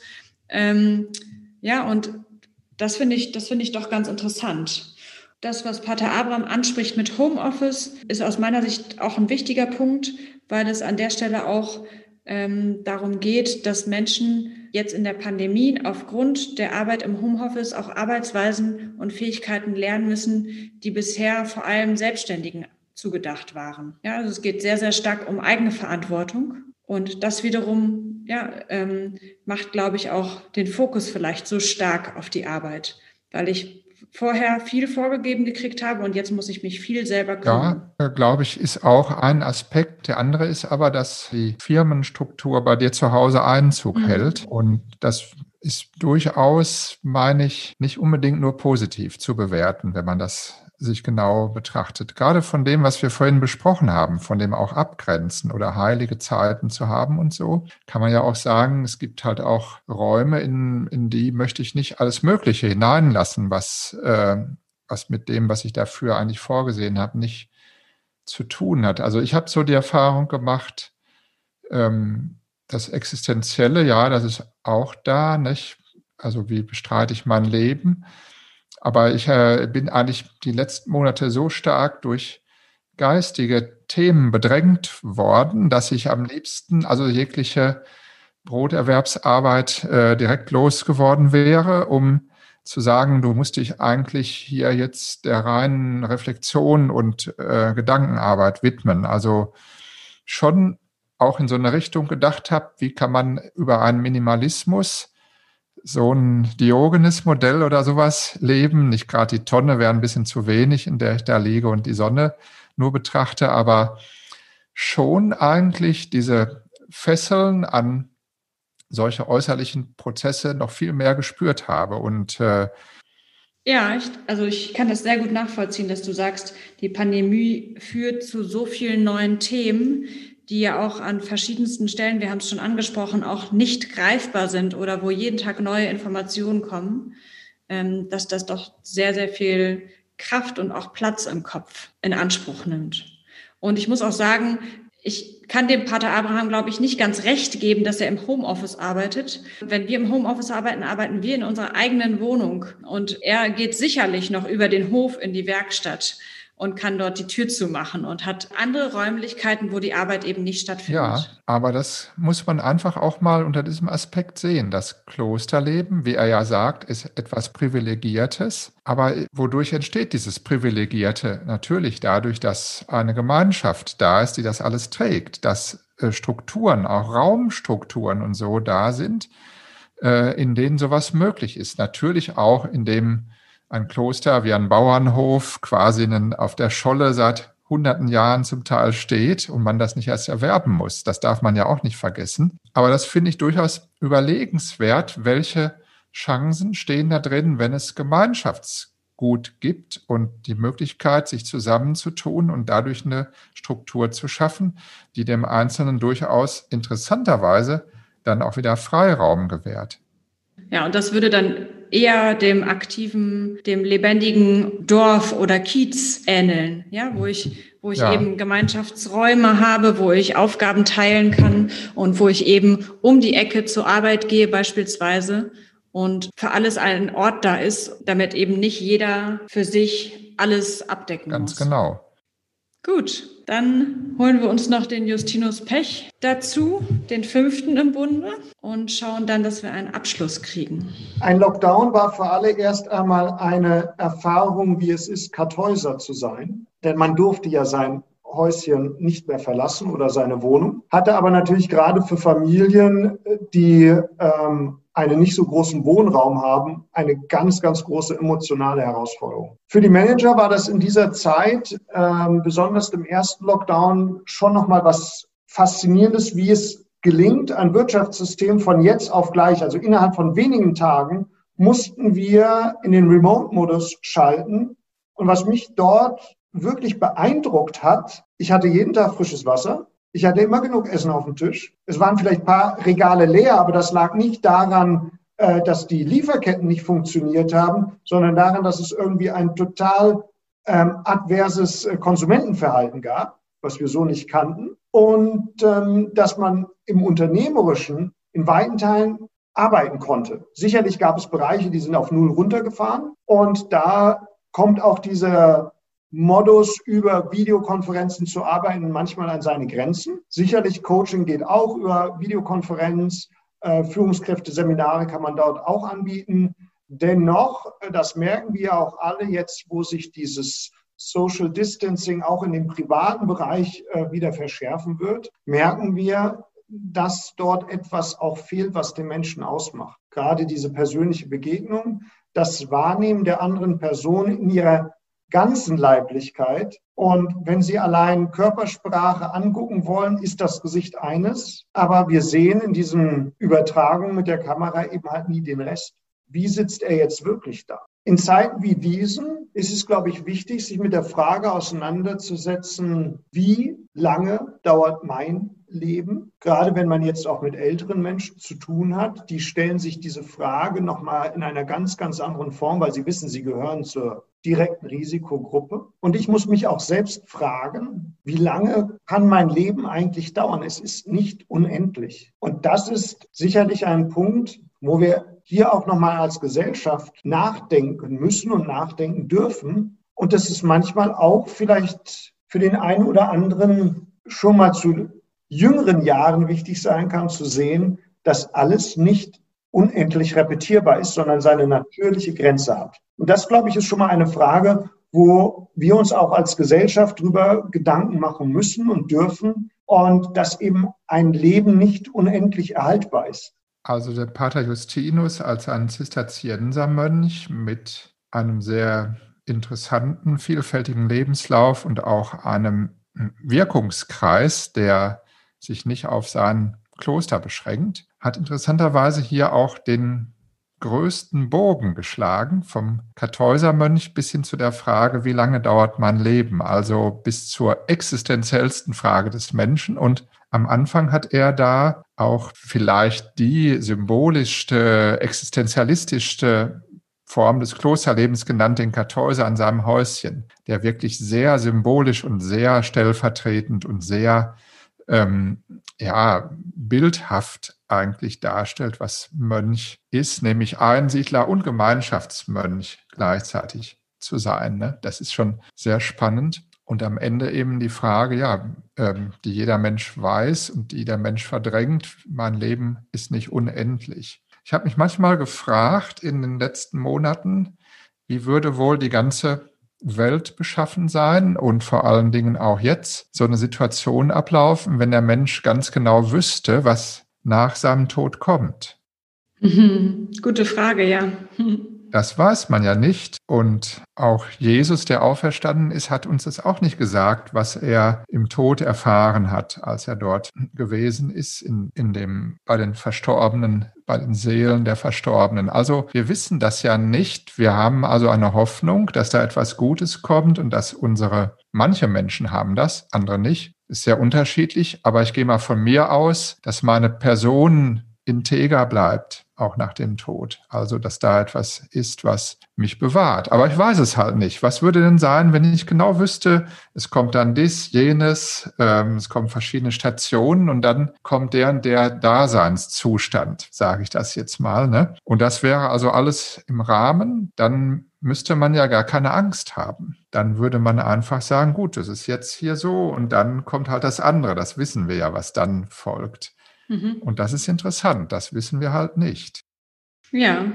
Und das finde ich doch ganz interessant. Das, was Pater Abraham anspricht mit Homeoffice, ist aus meiner Sicht auch ein wichtiger Punkt, weil es an der Stelle auch darum geht, dass Menschen jetzt in der Pandemie aufgrund der Arbeit im Homeoffice auch Arbeitsweisen und Fähigkeiten lernen müssen, die bisher vor allem Selbstständigen zugedacht waren. Ja, also es geht sehr, sehr stark um eigene Verantwortung. Und das wiederum macht, glaube ich, auch den Fokus vielleicht so stark auf die Arbeit, weil ich vorher viel vorgegeben gekriegt habe und jetzt muss ich mich viel selber kümmern.
Ja, glaube ich, ist auch ein Aspekt. Der andere ist aber, dass die Firmenstruktur bei dir zu Hause Einzug hält. Und das ist durchaus, meine ich, nicht unbedingt nur positiv zu bewerten, wenn man das sich genau betrachtet. Gerade von dem, was wir vorhin besprochen haben, von dem auch Abgrenzen oder heilige Zeiten zu haben und so, kann man ja auch sagen, es gibt halt auch Räume, in die möchte ich nicht alles Mögliche hineinlassen, was mit dem, was ich dafür eigentlich vorgesehen habe, nicht zu tun hat. Also ich habe so die Erfahrung gemacht, das Existenzielle, ja, das ist auch da, nicht? Also wie bestreite ich mein Leben? Aber ich bin eigentlich die letzten Monate so stark durch geistige Themen bedrängt worden, dass ich am liebsten also jegliche Broterwerbsarbeit direkt losgeworden wäre, um zu sagen, du musst dich eigentlich hier jetzt der reinen Reflexion und Gedankenarbeit widmen. Also schon auch in so eine Richtung gedacht habe, wie kann man über einen Minimalismus, so ein Diogenes-Modell oder sowas leben. Nicht gerade die Tonne wäre ein bisschen zu wenig, in der ich da liege und die Sonne nur betrachte, aber schon eigentlich diese Fesseln an solche äußerlichen Prozesse noch viel mehr gespürt habe. Und
ich kann das sehr gut nachvollziehen, dass du sagst, die Pandemie führt zu so vielen neuen Themen, die ja auch an verschiedensten Stellen, wir haben es schon angesprochen, auch nicht greifbar sind oder wo jeden Tag neue Informationen kommen, dass das doch sehr, sehr viel Kraft und auch Platz im Kopf in Anspruch nimmt. Und ich muss auch sagen, ich kann dem Pater Abraham, glaube ich, nicht ganz recht geben, dass er im Homeoffice arbeitet. Wenn wir im Homeoffice arbeiten, arbeiten wir in unserer eigenen Wohnung. Und er geht sicherlich noch über den Hof in die Werkstatt und kann dort die Tür zumachen und hat andere Räumlichkeiten, wo die Arbeit eben nicht stattfindet.
Ja, aber das muss man einfach auch mal unter diesem Aspekt sehen. Das Klosterleben, wie er ja sagt, ist etwas Privilegiertes. Aber wodurch entsteht dieses Privilegierte? Natürlich dadurch, dass eine Gemeinschaft da ist, die das alles trägt, dass Strukturen, auch Raumstrukturen und so da sind, in denen sowas möglich ist. Natürlich auch, indem ein Kloster wie ein Bauernhof quasi auf der Scholle seit hunderten Jahren zum Teil steht und man das nicht erst erwerben muss. Das darf man ja auch nicht vergessen. Aber das finde ich durchaus überlegenswert, welche Chancen stehen da drin, wenn es Gemeinschaftsgut gibt und die Möglichkeit, sich zusammenzutun und dadurch eine Struktur zu schaffen, die dem Einzelnen durchaus interessanterweise dann auch wieder Freiraum gewährt.
Ja, und das würde dann eher dem aktiven, dem lebendigen Dorf oder Kiez ähneln, ja, wo ich eben Gemeinschaftsräume habe, wo ich Aufgaben teilen kann und wo ich eben um die Ecke zur Arbeit gehe beispielsweise und für alles ein Ort da ist, damit eben nicht jeder für sich alles abdecken muss.
Ganz genau.
Gut, dann holen wir uns noch den Justinus Pech dazu, den 5. im Bunde, und schauen dann, dass wir einen Abschluss kriegen.
Ein Lockdown war für alle erst einmal eine Erfahrung, wie es ist, Kartäuser zu sein. Denn man durfte ja sein Häuschen nicht mehr verlassen oder seine Wohnung. Hatte aber natürlich gerade für Familien, die einen nicht so großen Wohnraum haben, eine ganz, ganz große emotionale Herausforderung. Für die Manager war das in dieser Zeit, besonders im ersten Lockdown, schon nochmal was Faszinierendes, wie es gelingt, ein Wirtschaftssystem von jetzt auf gleich, also innerhalb von wenigen Tagen, mussten wir in den Remote-Modus schalten. Und was mich dort wirklich beeindruckt hat, ich hatte jeden Tag frisches Wasser. Ich hatte immer genug Essen auf dem Tisch. Es waren vielleicht ein paar Regale leer, aber das lag nicht daran, dass die Lieferketten nicht funktioniert haben, sondern daran, dass es irgendwie ein total adverses Konsumentenverhalten gab, was wir so nicht kannten. Und dass man im Unternehmerischen in weiten Teilen arbeiten konnte. Sicherlich gab es Bereiche, die sind auf Null runtergefahren. Und da kommt auch dieser Modus, über Videokonferenzen zu arbeiten, manchmal an seine Grenzen. Sicherlich Coaching geht auch über Videokonferenz, Führungskräfte-Seminare kann man dort auch anbieten. Dennoch, das merken wir auch alle jetzt, wo sich dieses Social Distancing auch in dem privaten Bereich wieder verschärfen wird, merken wir, dass dort etwas auch fehlt, was den Menschen ausmacht. Gerade diese persönliche Begegnung, das Wahrnehmen der anderen Person in ihrer ganzen Leiblichkeit. Und wenn Sie allein Körpersprache angucken wollen, ist das Gesicht eines. Aber wir sehen in diesen Übertragungen mit der Kamera eben halt nie den Rest. Wie sitzt er jetzt wirklich da? In Zeiten wie diesen ist es, glaube ich, wichtig, sich mit der Frage auseinanderzusetzen, wie lange dauert mein Leben? Gerade wenn man jetzt auch mit älteren Menschen zu tun hat, die stellen sich diese Frage nochmal in einer ganz, ganz anderen Form, weil sie wissen, sie gehören zur direkten Risikogruppe. Und ich muss mich auch selbst fragen, wie lange kann mein Leben eigentlich dauern? Es ist nicht unendlich. Und das ist sicherlich ein Punkt, wo wir hier auch nochmal als Gesellschaft nachdenken müssen und nachdenken dürfen. Und das ist manchmal auch vielleicht für den einen oder anderen schon mal zu jüngeren Jahren wichtig sein kann, zu sehen, dass alles nicht unendlich repetierbar ist, sondern seine natürliche Grenze hat. Und das, glaube ich, ist schon mal eine Frage, wo wir uns auch als Gesellschaft darüber Gedanken machen müssen und dürfen und dass eben ein Leben nicht unendlich erhaltbar ist.
Also der Pater Justinus als ein Zisterziensermönch mit einem sehr interessanten, vielfältigen Lebenslauf und auch einem Wirkungskreis, der sich nicht auf sein Kloster beschränkt, hat interessanterweise hier auch den größten Bogen geschlagen, vom Kartäusermönch bis hin zu der Frage, wie lange dauert mein Leben, also bis zur existenziellsten Frage des Menschen. Und am Anfang hat er da auch vielleicht die symbolischste, existenzialistischste Form des Klosterlebens genannt, den Kartäuser an seinem Häuschen, der wirklich sehr symbolisch und sehr stellvertretend und sehr bildhaft eigentlich darstellt, was Mönch ist, nämlich Einsiedler und Gemeinschaftsmönch gleichzeitig zu sein. Ne? Das ist schon sehr spannend. Und am Ende eben die Frage, die jeder Mensch weiß und die der Mensch verdrängt, mein Leben ist nicht unendlich. Ich habe mich manchmal gefragt in den letzten Monaten, wie würde wohl die ganze Welt beschaffen sein und vor allen Dingen auch jetzt so eine Situation ablaufen, wenn der Mensch ganz genau wüsste, was nach seinem Tod kommt?
Gute Frage, ja.
Das weiß man ja nicht. Und auch Jesus, der auferstanden ist, hat uns das auch nicht gesagt, was er im Tod erfahren hat, als er dort gewesen ist, bei den Verstorbenen, bei den Seelen der Verstorbenen. Also wir wissen das ja nicht. Wir haben also eine Hoffnung, dass da etwas Gutes kommt und dass manche Menschen haben das, andere nicht. Ist sehr unterschiedlich, aber ich gehe mal von mir aus, dass meine Person integer bleibt, auch nach dem Tod. Also, dass da etwas ist, was mich bewahrt. Aber ich weiß es halt nicht. Was würde denn sein, wenn ich genau wüsste, es kommt dann dies, jenes, es kommen verschiedene Stationen und dann kommt der Daseinszustand, sage ich das jetzt mal. Ne? Und das wäre also alles im Rahmen, dann müsste man ja gar keine Angst haben. Dann würde man einfach sagen, gut, das ist jetzt hier so und dann kommt halt das andere. Das wissen wir ja, was dann folgt. Und das ist interessant, das wissen wir halt nicht.
Ja,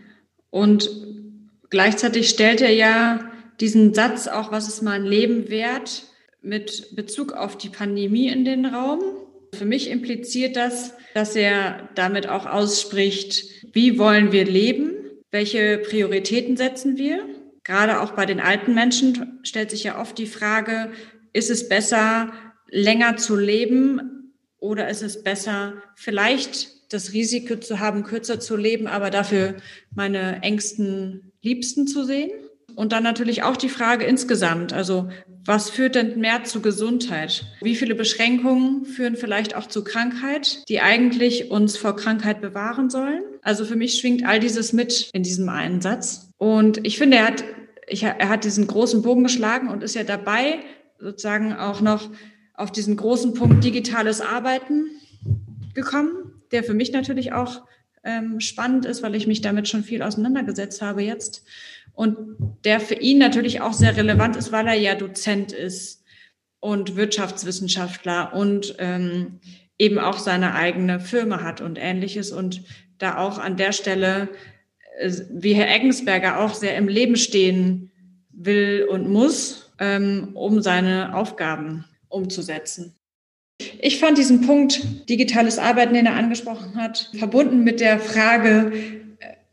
und gleichzeitig stellt er ja diesen Satz auch, was ist mein Leben wert, mit Bezug auf die Pandemie in den Raum. Für mich impliziert das, dass er damit auch ausspricht, wie wollen wir leben, welche Prioritäten setzen wir. Gerade auch bei den alten Menschen stellt sich ja oft die Frage, ist es besser, länger zu leben, oder ist es besser, vielleicht das Risiko zu haben, kürzer zu leben, aber dafür meine engsten Liebsten zu sehen? Und dann natürlich auch die Frage insgesamt, also was führt denn mehr zu Gesundheit? Wie viele Beschränkungen führen vielleicht auch zu Krankheit, die eigentlich uns vor Krankheit bewahren sollen? Also für mich schwingt all dieses mit in diesem einen Satz. Und ich finde, er hat diesen großen Bogen geschlagen und ist ja dabei sozusagen auch noch auf diesen großen Punkt digitales Arbeiten gekommen, der für mich natürlich auch spannend ist, weil ich mich damit schon viel auseinandergesetzt habe jetzt und der für ihn natürlich auch sehr relevant ist, weil er ja Dozent ist und Wirtschaftswissenschaftler und eben auch seine eigene Firma hat und Ähnliches und da auch an der Stelle, wie Herr Eggensberger, auch sehr im Leben stehen will und muss, um seine Aufgaben umzusetzen. Ich fand diesen Punkt digitales Arbeiten, den er angesprochen hat, verbunden mit der Frage,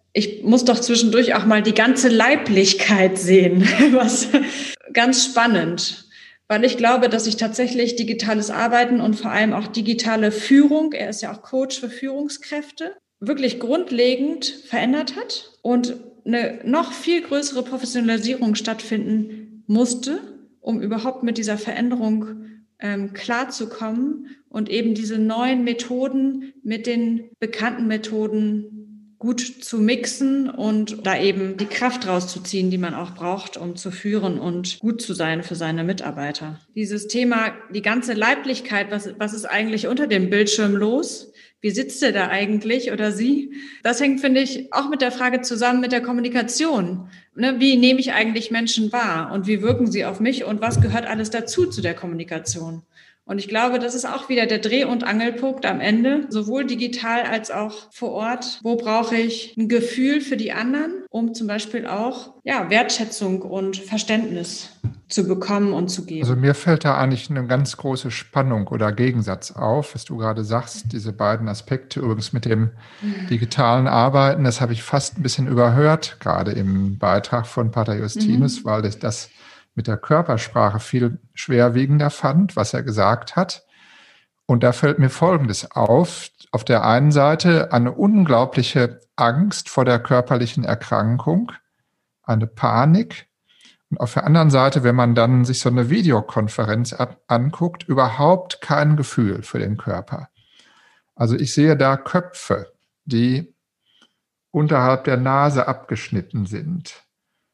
ich muss doch zwischendurch auch mal die ganze Leiblichkeit sehen, was ganz spannend. Weil ich glaube, dass sich tatsächlich digitales Arbeiten und vor allem auch digitale Führung, er ist ja auch Coach für Führungskräfte, wirklich grundlegend verändert hat und eine noch viel größere Professionalisierung stattfinden musste, um überhaupt mit dieser Veränderung klarzukommen und eben diese neuen Methoden mit den bekannten Methoden gut zu mixen und da eben die Kraft rauszuziehen, die man auch braucht, um zu führen und gut zu sein für seine Mitarbeiter. Dieses Thema, die ganze Leiblichkeit, was ist eigentlich unter dem Bildschirm los? Wie sitzt er da eigentlich oder sie? Das hängt, finde ich, auch mit der Frage zusammen mit der Kommunikation. Ne? Wie nehme ich eigentlich Menschen wahr und wie wirken sie auf mich und was gehört alles dazu zu der Kommunikation? Und ich glaube, das ist auch wieder der Dreh- und Angelpunkt am Ende, sowohl digital als auch vor Ort. Wo brauche ich ein Gefühl für die anderen, um zum Beispiel auch Wertschätzung und Verständnis zu bekommen und zu geben?
Also mir fällt da eigentlich eine ganz große Spannung oder Gegensatz auf, was du gerade sagst, diese beiden Aspekte übrigens mit dem digitalen Arbeiten, das habe ich fast ein bisschen überhört, gerade im Beitrag von Pater Justinus, weil das mit der Körpersprache viel schwerwiegender fand, was er gesagt hat. Und da fällt mir Folgendes auf. Auf der einen Seite eine unglaubliche Angst vor der körperlichen Erkrankung, eine Panik. Und auf der anderen Seite, wenn man dann sich so eine Videokonferenz anguckt, überhaupt kein Gefühl für den Körper. Also ich sehe da Köpfe, die unterhalb der Nase abgeschnitten sind.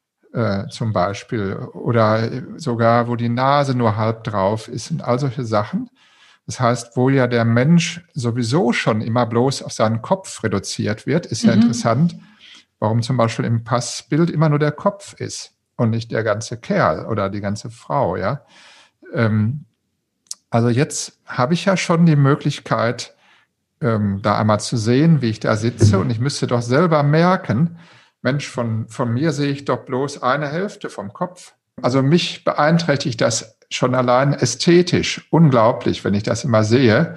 Zum Beispiel, oder sogar, wo die Nase nur halb drauf ist und all solche Sachen. Das heißt, wo ja der Mensch sowieso schon immer bloß auf seinen Kopf reduziert wird, ist ja interessant, warum zum Beispiel im Passbild immer nur der Kopf ist und nicht der ganze Kerl oder die ganze Frau, ja. Also jetzt habe ich ja schon die Möglichkeit, da einmal zu sehen, wie ich da sitze und ich müsste doch selber merken, Mensch, von mir sehe ich doch bloß eine Hälfte vom Kopf. Also mich beeinträchtigt das schon allein ästhetisch unglaublich, wenn ich das immer sehe.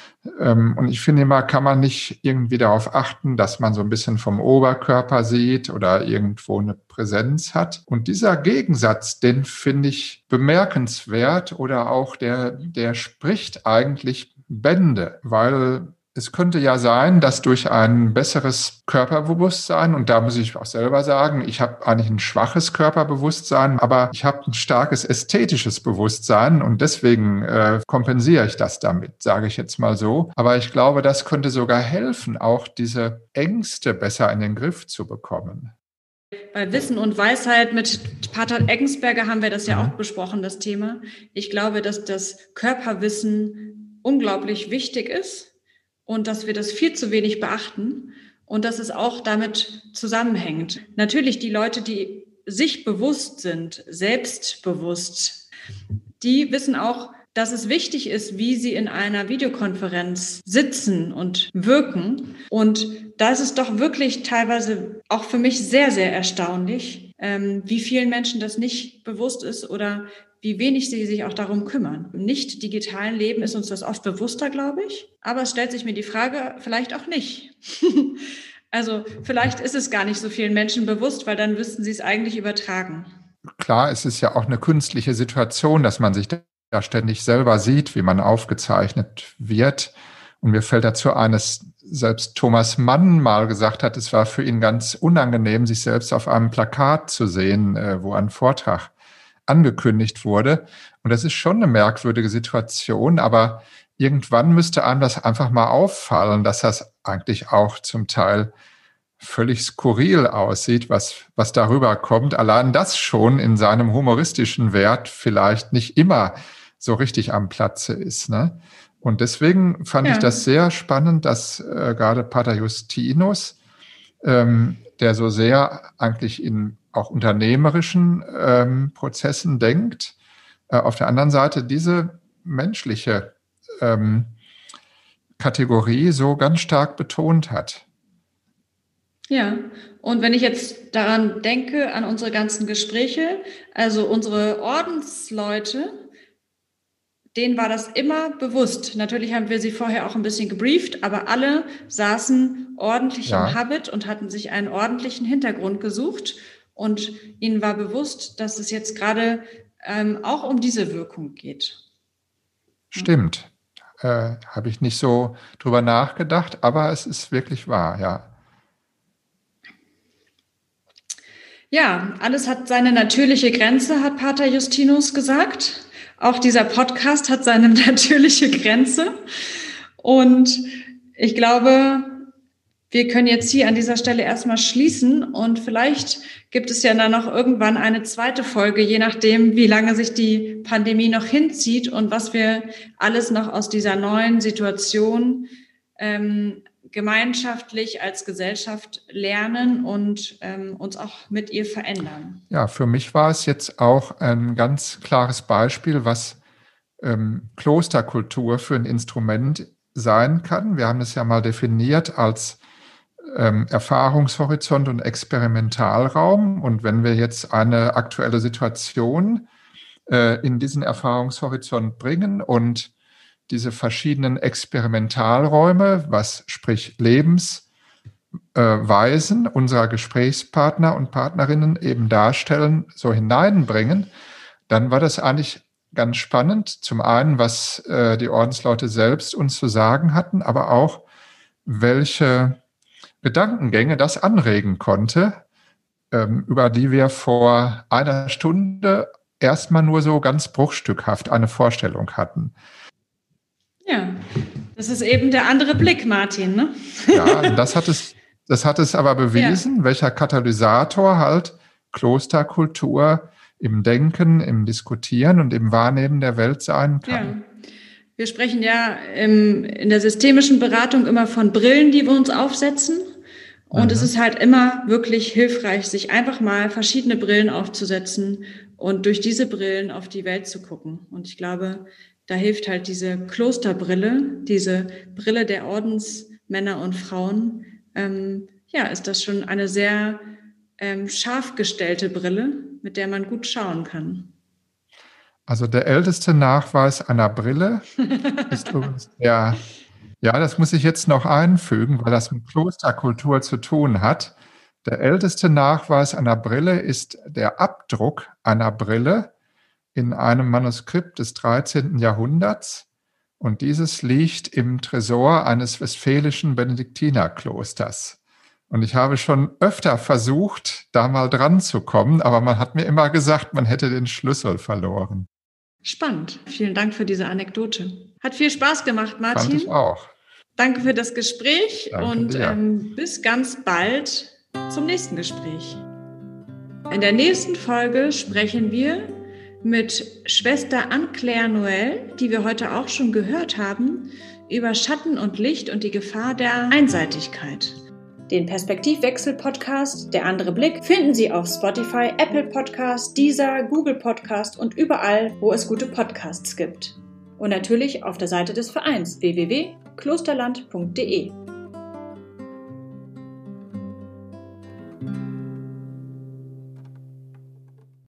Und ich finde immer, kann man nicht irgendwie darauf achten, dass man so ein bisschen vom Oberkörper sieht oder irgendwo eine Präsenz hat. Und dieser Gegensatz, den finde ich bemerkenswert oder auch der spricht eigentlich Bände, weil es könnte ja sein, dass durch ein besseres Körperbewusstsein, und da muss ich auch selber sagen, ich habe eigentlich ein schwaches Körperbewusstsein, aber ich habe ein starkes ästhetisches Bewusstsein und deswegen kompensiere ich das damit, sage ich jetzt mal so. Aber ich glaube, das könnte sogar helfen, auch diese Ängste besser in den Griff zu bekommen.
Bei Wissen und Weisheit mit Pater Eggensberger haben wir das ja auch besprochen, das Thema. Ich glaube, dass das Körperwissen unglaublich wichtig ist. Und dass wir das viel zu wenig beachten und dass es auch damit zusammenhängt. Natürlich die Leute, die sich bewusst sind, selbstbewusst, die wissen auch, dass es wichtig ist, wie sie in einer Videokonferenz sitzen und wirken. Und da ist es doch wirklich teilweise auch für mich sehr, sehr erstaunlich, wie vielen Menschen das nicht bewusst ist oder wie wenig sie sich auch darum kümmern. Im nicht digitalen Leben ist uns das oft bewusster, glaube ich. Aber es stellt sich mir die Frage, vielleicht auch nicht. Also vielleicht ist es gar nicht so vielen Menschen bewusst, weil dann müssten sie es eigentlich übertragen.
Klar, es ist ja auch eine künstliche Situation, dass man sich da ständig selber sieht, wie man aufgezeichnet wird. Und mir fällt dazu ein, dass selbst Thomas Mann mal gesagt hat, es war für ihn ganz unangenehm, sich selbst auf einem Plakat zu sehen, wo ein Vortrag angekündigt wurde. Und das ist schon eine merkwürdige Situation, aber irgendwann müsste einem das einfach mal auffallen, dass das eigentlich auch zum Teil völlig skurril aussieht, was darüber kommt. Allein das schon in seinem humoristischen Wert vielleicht nicht immer so richtig am Platze ist, ne? Und deswegen fand ich das sehr spannend, dass gerade Pater Justinus, der so sehr eigentlich in auch unternehmerischen Prozessen denkt, auf der anderen Seite diese menschliche Kategorie so ganz stark betont hat.
Ja, und wenn ich jetzt daran denke, an unsere ganzen Gespräche, also unsere Ordensleute, denen war das immer bewusst. Natürlich haben wir sie vorher auch ein bisschen gebrieft, aber alle saßen ordentlich im Habit und hatten sich einen ordentlichen Hintergrund gesucht. Und ihnen war bewusst, dass es jetzt gerade auch um diese Wirkung geht.
Stimmt. Habe ich nicht so drüber nachgedacht, aber es ist wirklich wahr, ja.
Ja, alles hat seine natürliche Grenze, hat Pater Justinus gesagt. Auch dieser Podcast hat seine natürliche Grenze. Und ich glaube, wir können jetzt hier an dieser Stelle erstmal schließen und vielleicht gibt es ja dann noch irgendwann eine zweite Folge, je nachdem, wie lange sich die Pandemie noch hinzieht und was wir alles noch aus dieser neuen Situation gemeinschaftlich als Gesellschaft lernen und uns auch mit ihr verändern.
Ja, für mich war es jetzt auch ein ganz klares Beispiel, was Klosterkultur für ein Instrument sein kann. Wir haben es ja mal definiert als Erfahrungshorizont und Experimentalraum. Und wenn wir jetzt eine aktuelle Situation in diesen Erfahrungshorizont bringen und diese verschiedenen Experimentalräume, was sprich Lebensweisen unserer Gesprächspartner und Partnerinnen eben darstellen, so hineinbringen, dann war das eigentlich ganz spannend. Zum einen, was die Ordensleute selbst uns zu sagen hatten, aber auch, welche Gedankengänge das anregen konnte, über die wir vor einer Stunde erstmal nur so ganz bruchstückhaft eine Vorstellung hatten.
Ja, das ist eben der andere Blick, Martin, ne?
Ja, das hat es aber bewiesen, welcher Katalysator halt Klosterkultur im Denken, im Diskutieren und im Wahrnehmen der Welt sein kann.
Ja. Wir sprechen ja in der systemischen Beratung immer von Brillen, die wir uns aufsetzen. Und es ist halt immer wirklich hilfreich, sich einfach mal verschiedene Brillen aufzusetzen und durch diese Brillen auf die Welt zu gucken. Und ich glaube, da hilft halt diese Klosterbrille, diese Brille der Ordensmänner und Frauen. Ist das schon eine sehr scharf gestellte Brille, mit der man gut schauen kann.
Also der älteste Nachweis einer Brille ist übrigens das muss ich jetzt noch einfügen, weil das mit Klosterkultur zu tun hat. Der älteste Nachweis einer Brille ist der Abdruck einer Brille in einem Manuskript des 13. Jahrhunderts. Und dieses liegt im Tresor eines westfälischen Benediktinerklosters. Und ich habe schon öfter versucht, da mal dran zu kommen, aber man hat mir immer gesagt, man hätte den Schlüssel verloren.
Spannend. Vielen Dank für diese Anekdote. Hat viel Spaß gemacht, Martin.
Fand ich auch.
Danke für das Gespräch.
Danke
und bis ganz bald zum nächsten Gespräch. In der nächsten Folge sprechen wir mit Schwester Anne-Claire Noël, die wir heute auch schon gehört haben, über Schatten und Licht und die Gefahr der Einseitigkeit.
Den Perspektivwechsel-Podcast Der andere Blick finden Sie auf Spotify, Apple Podcast, Deezer, Google Podcast und überall, wo es gute Podcasts gibt. Und natürlich auf der Seite des Vereins www.klosterland.de.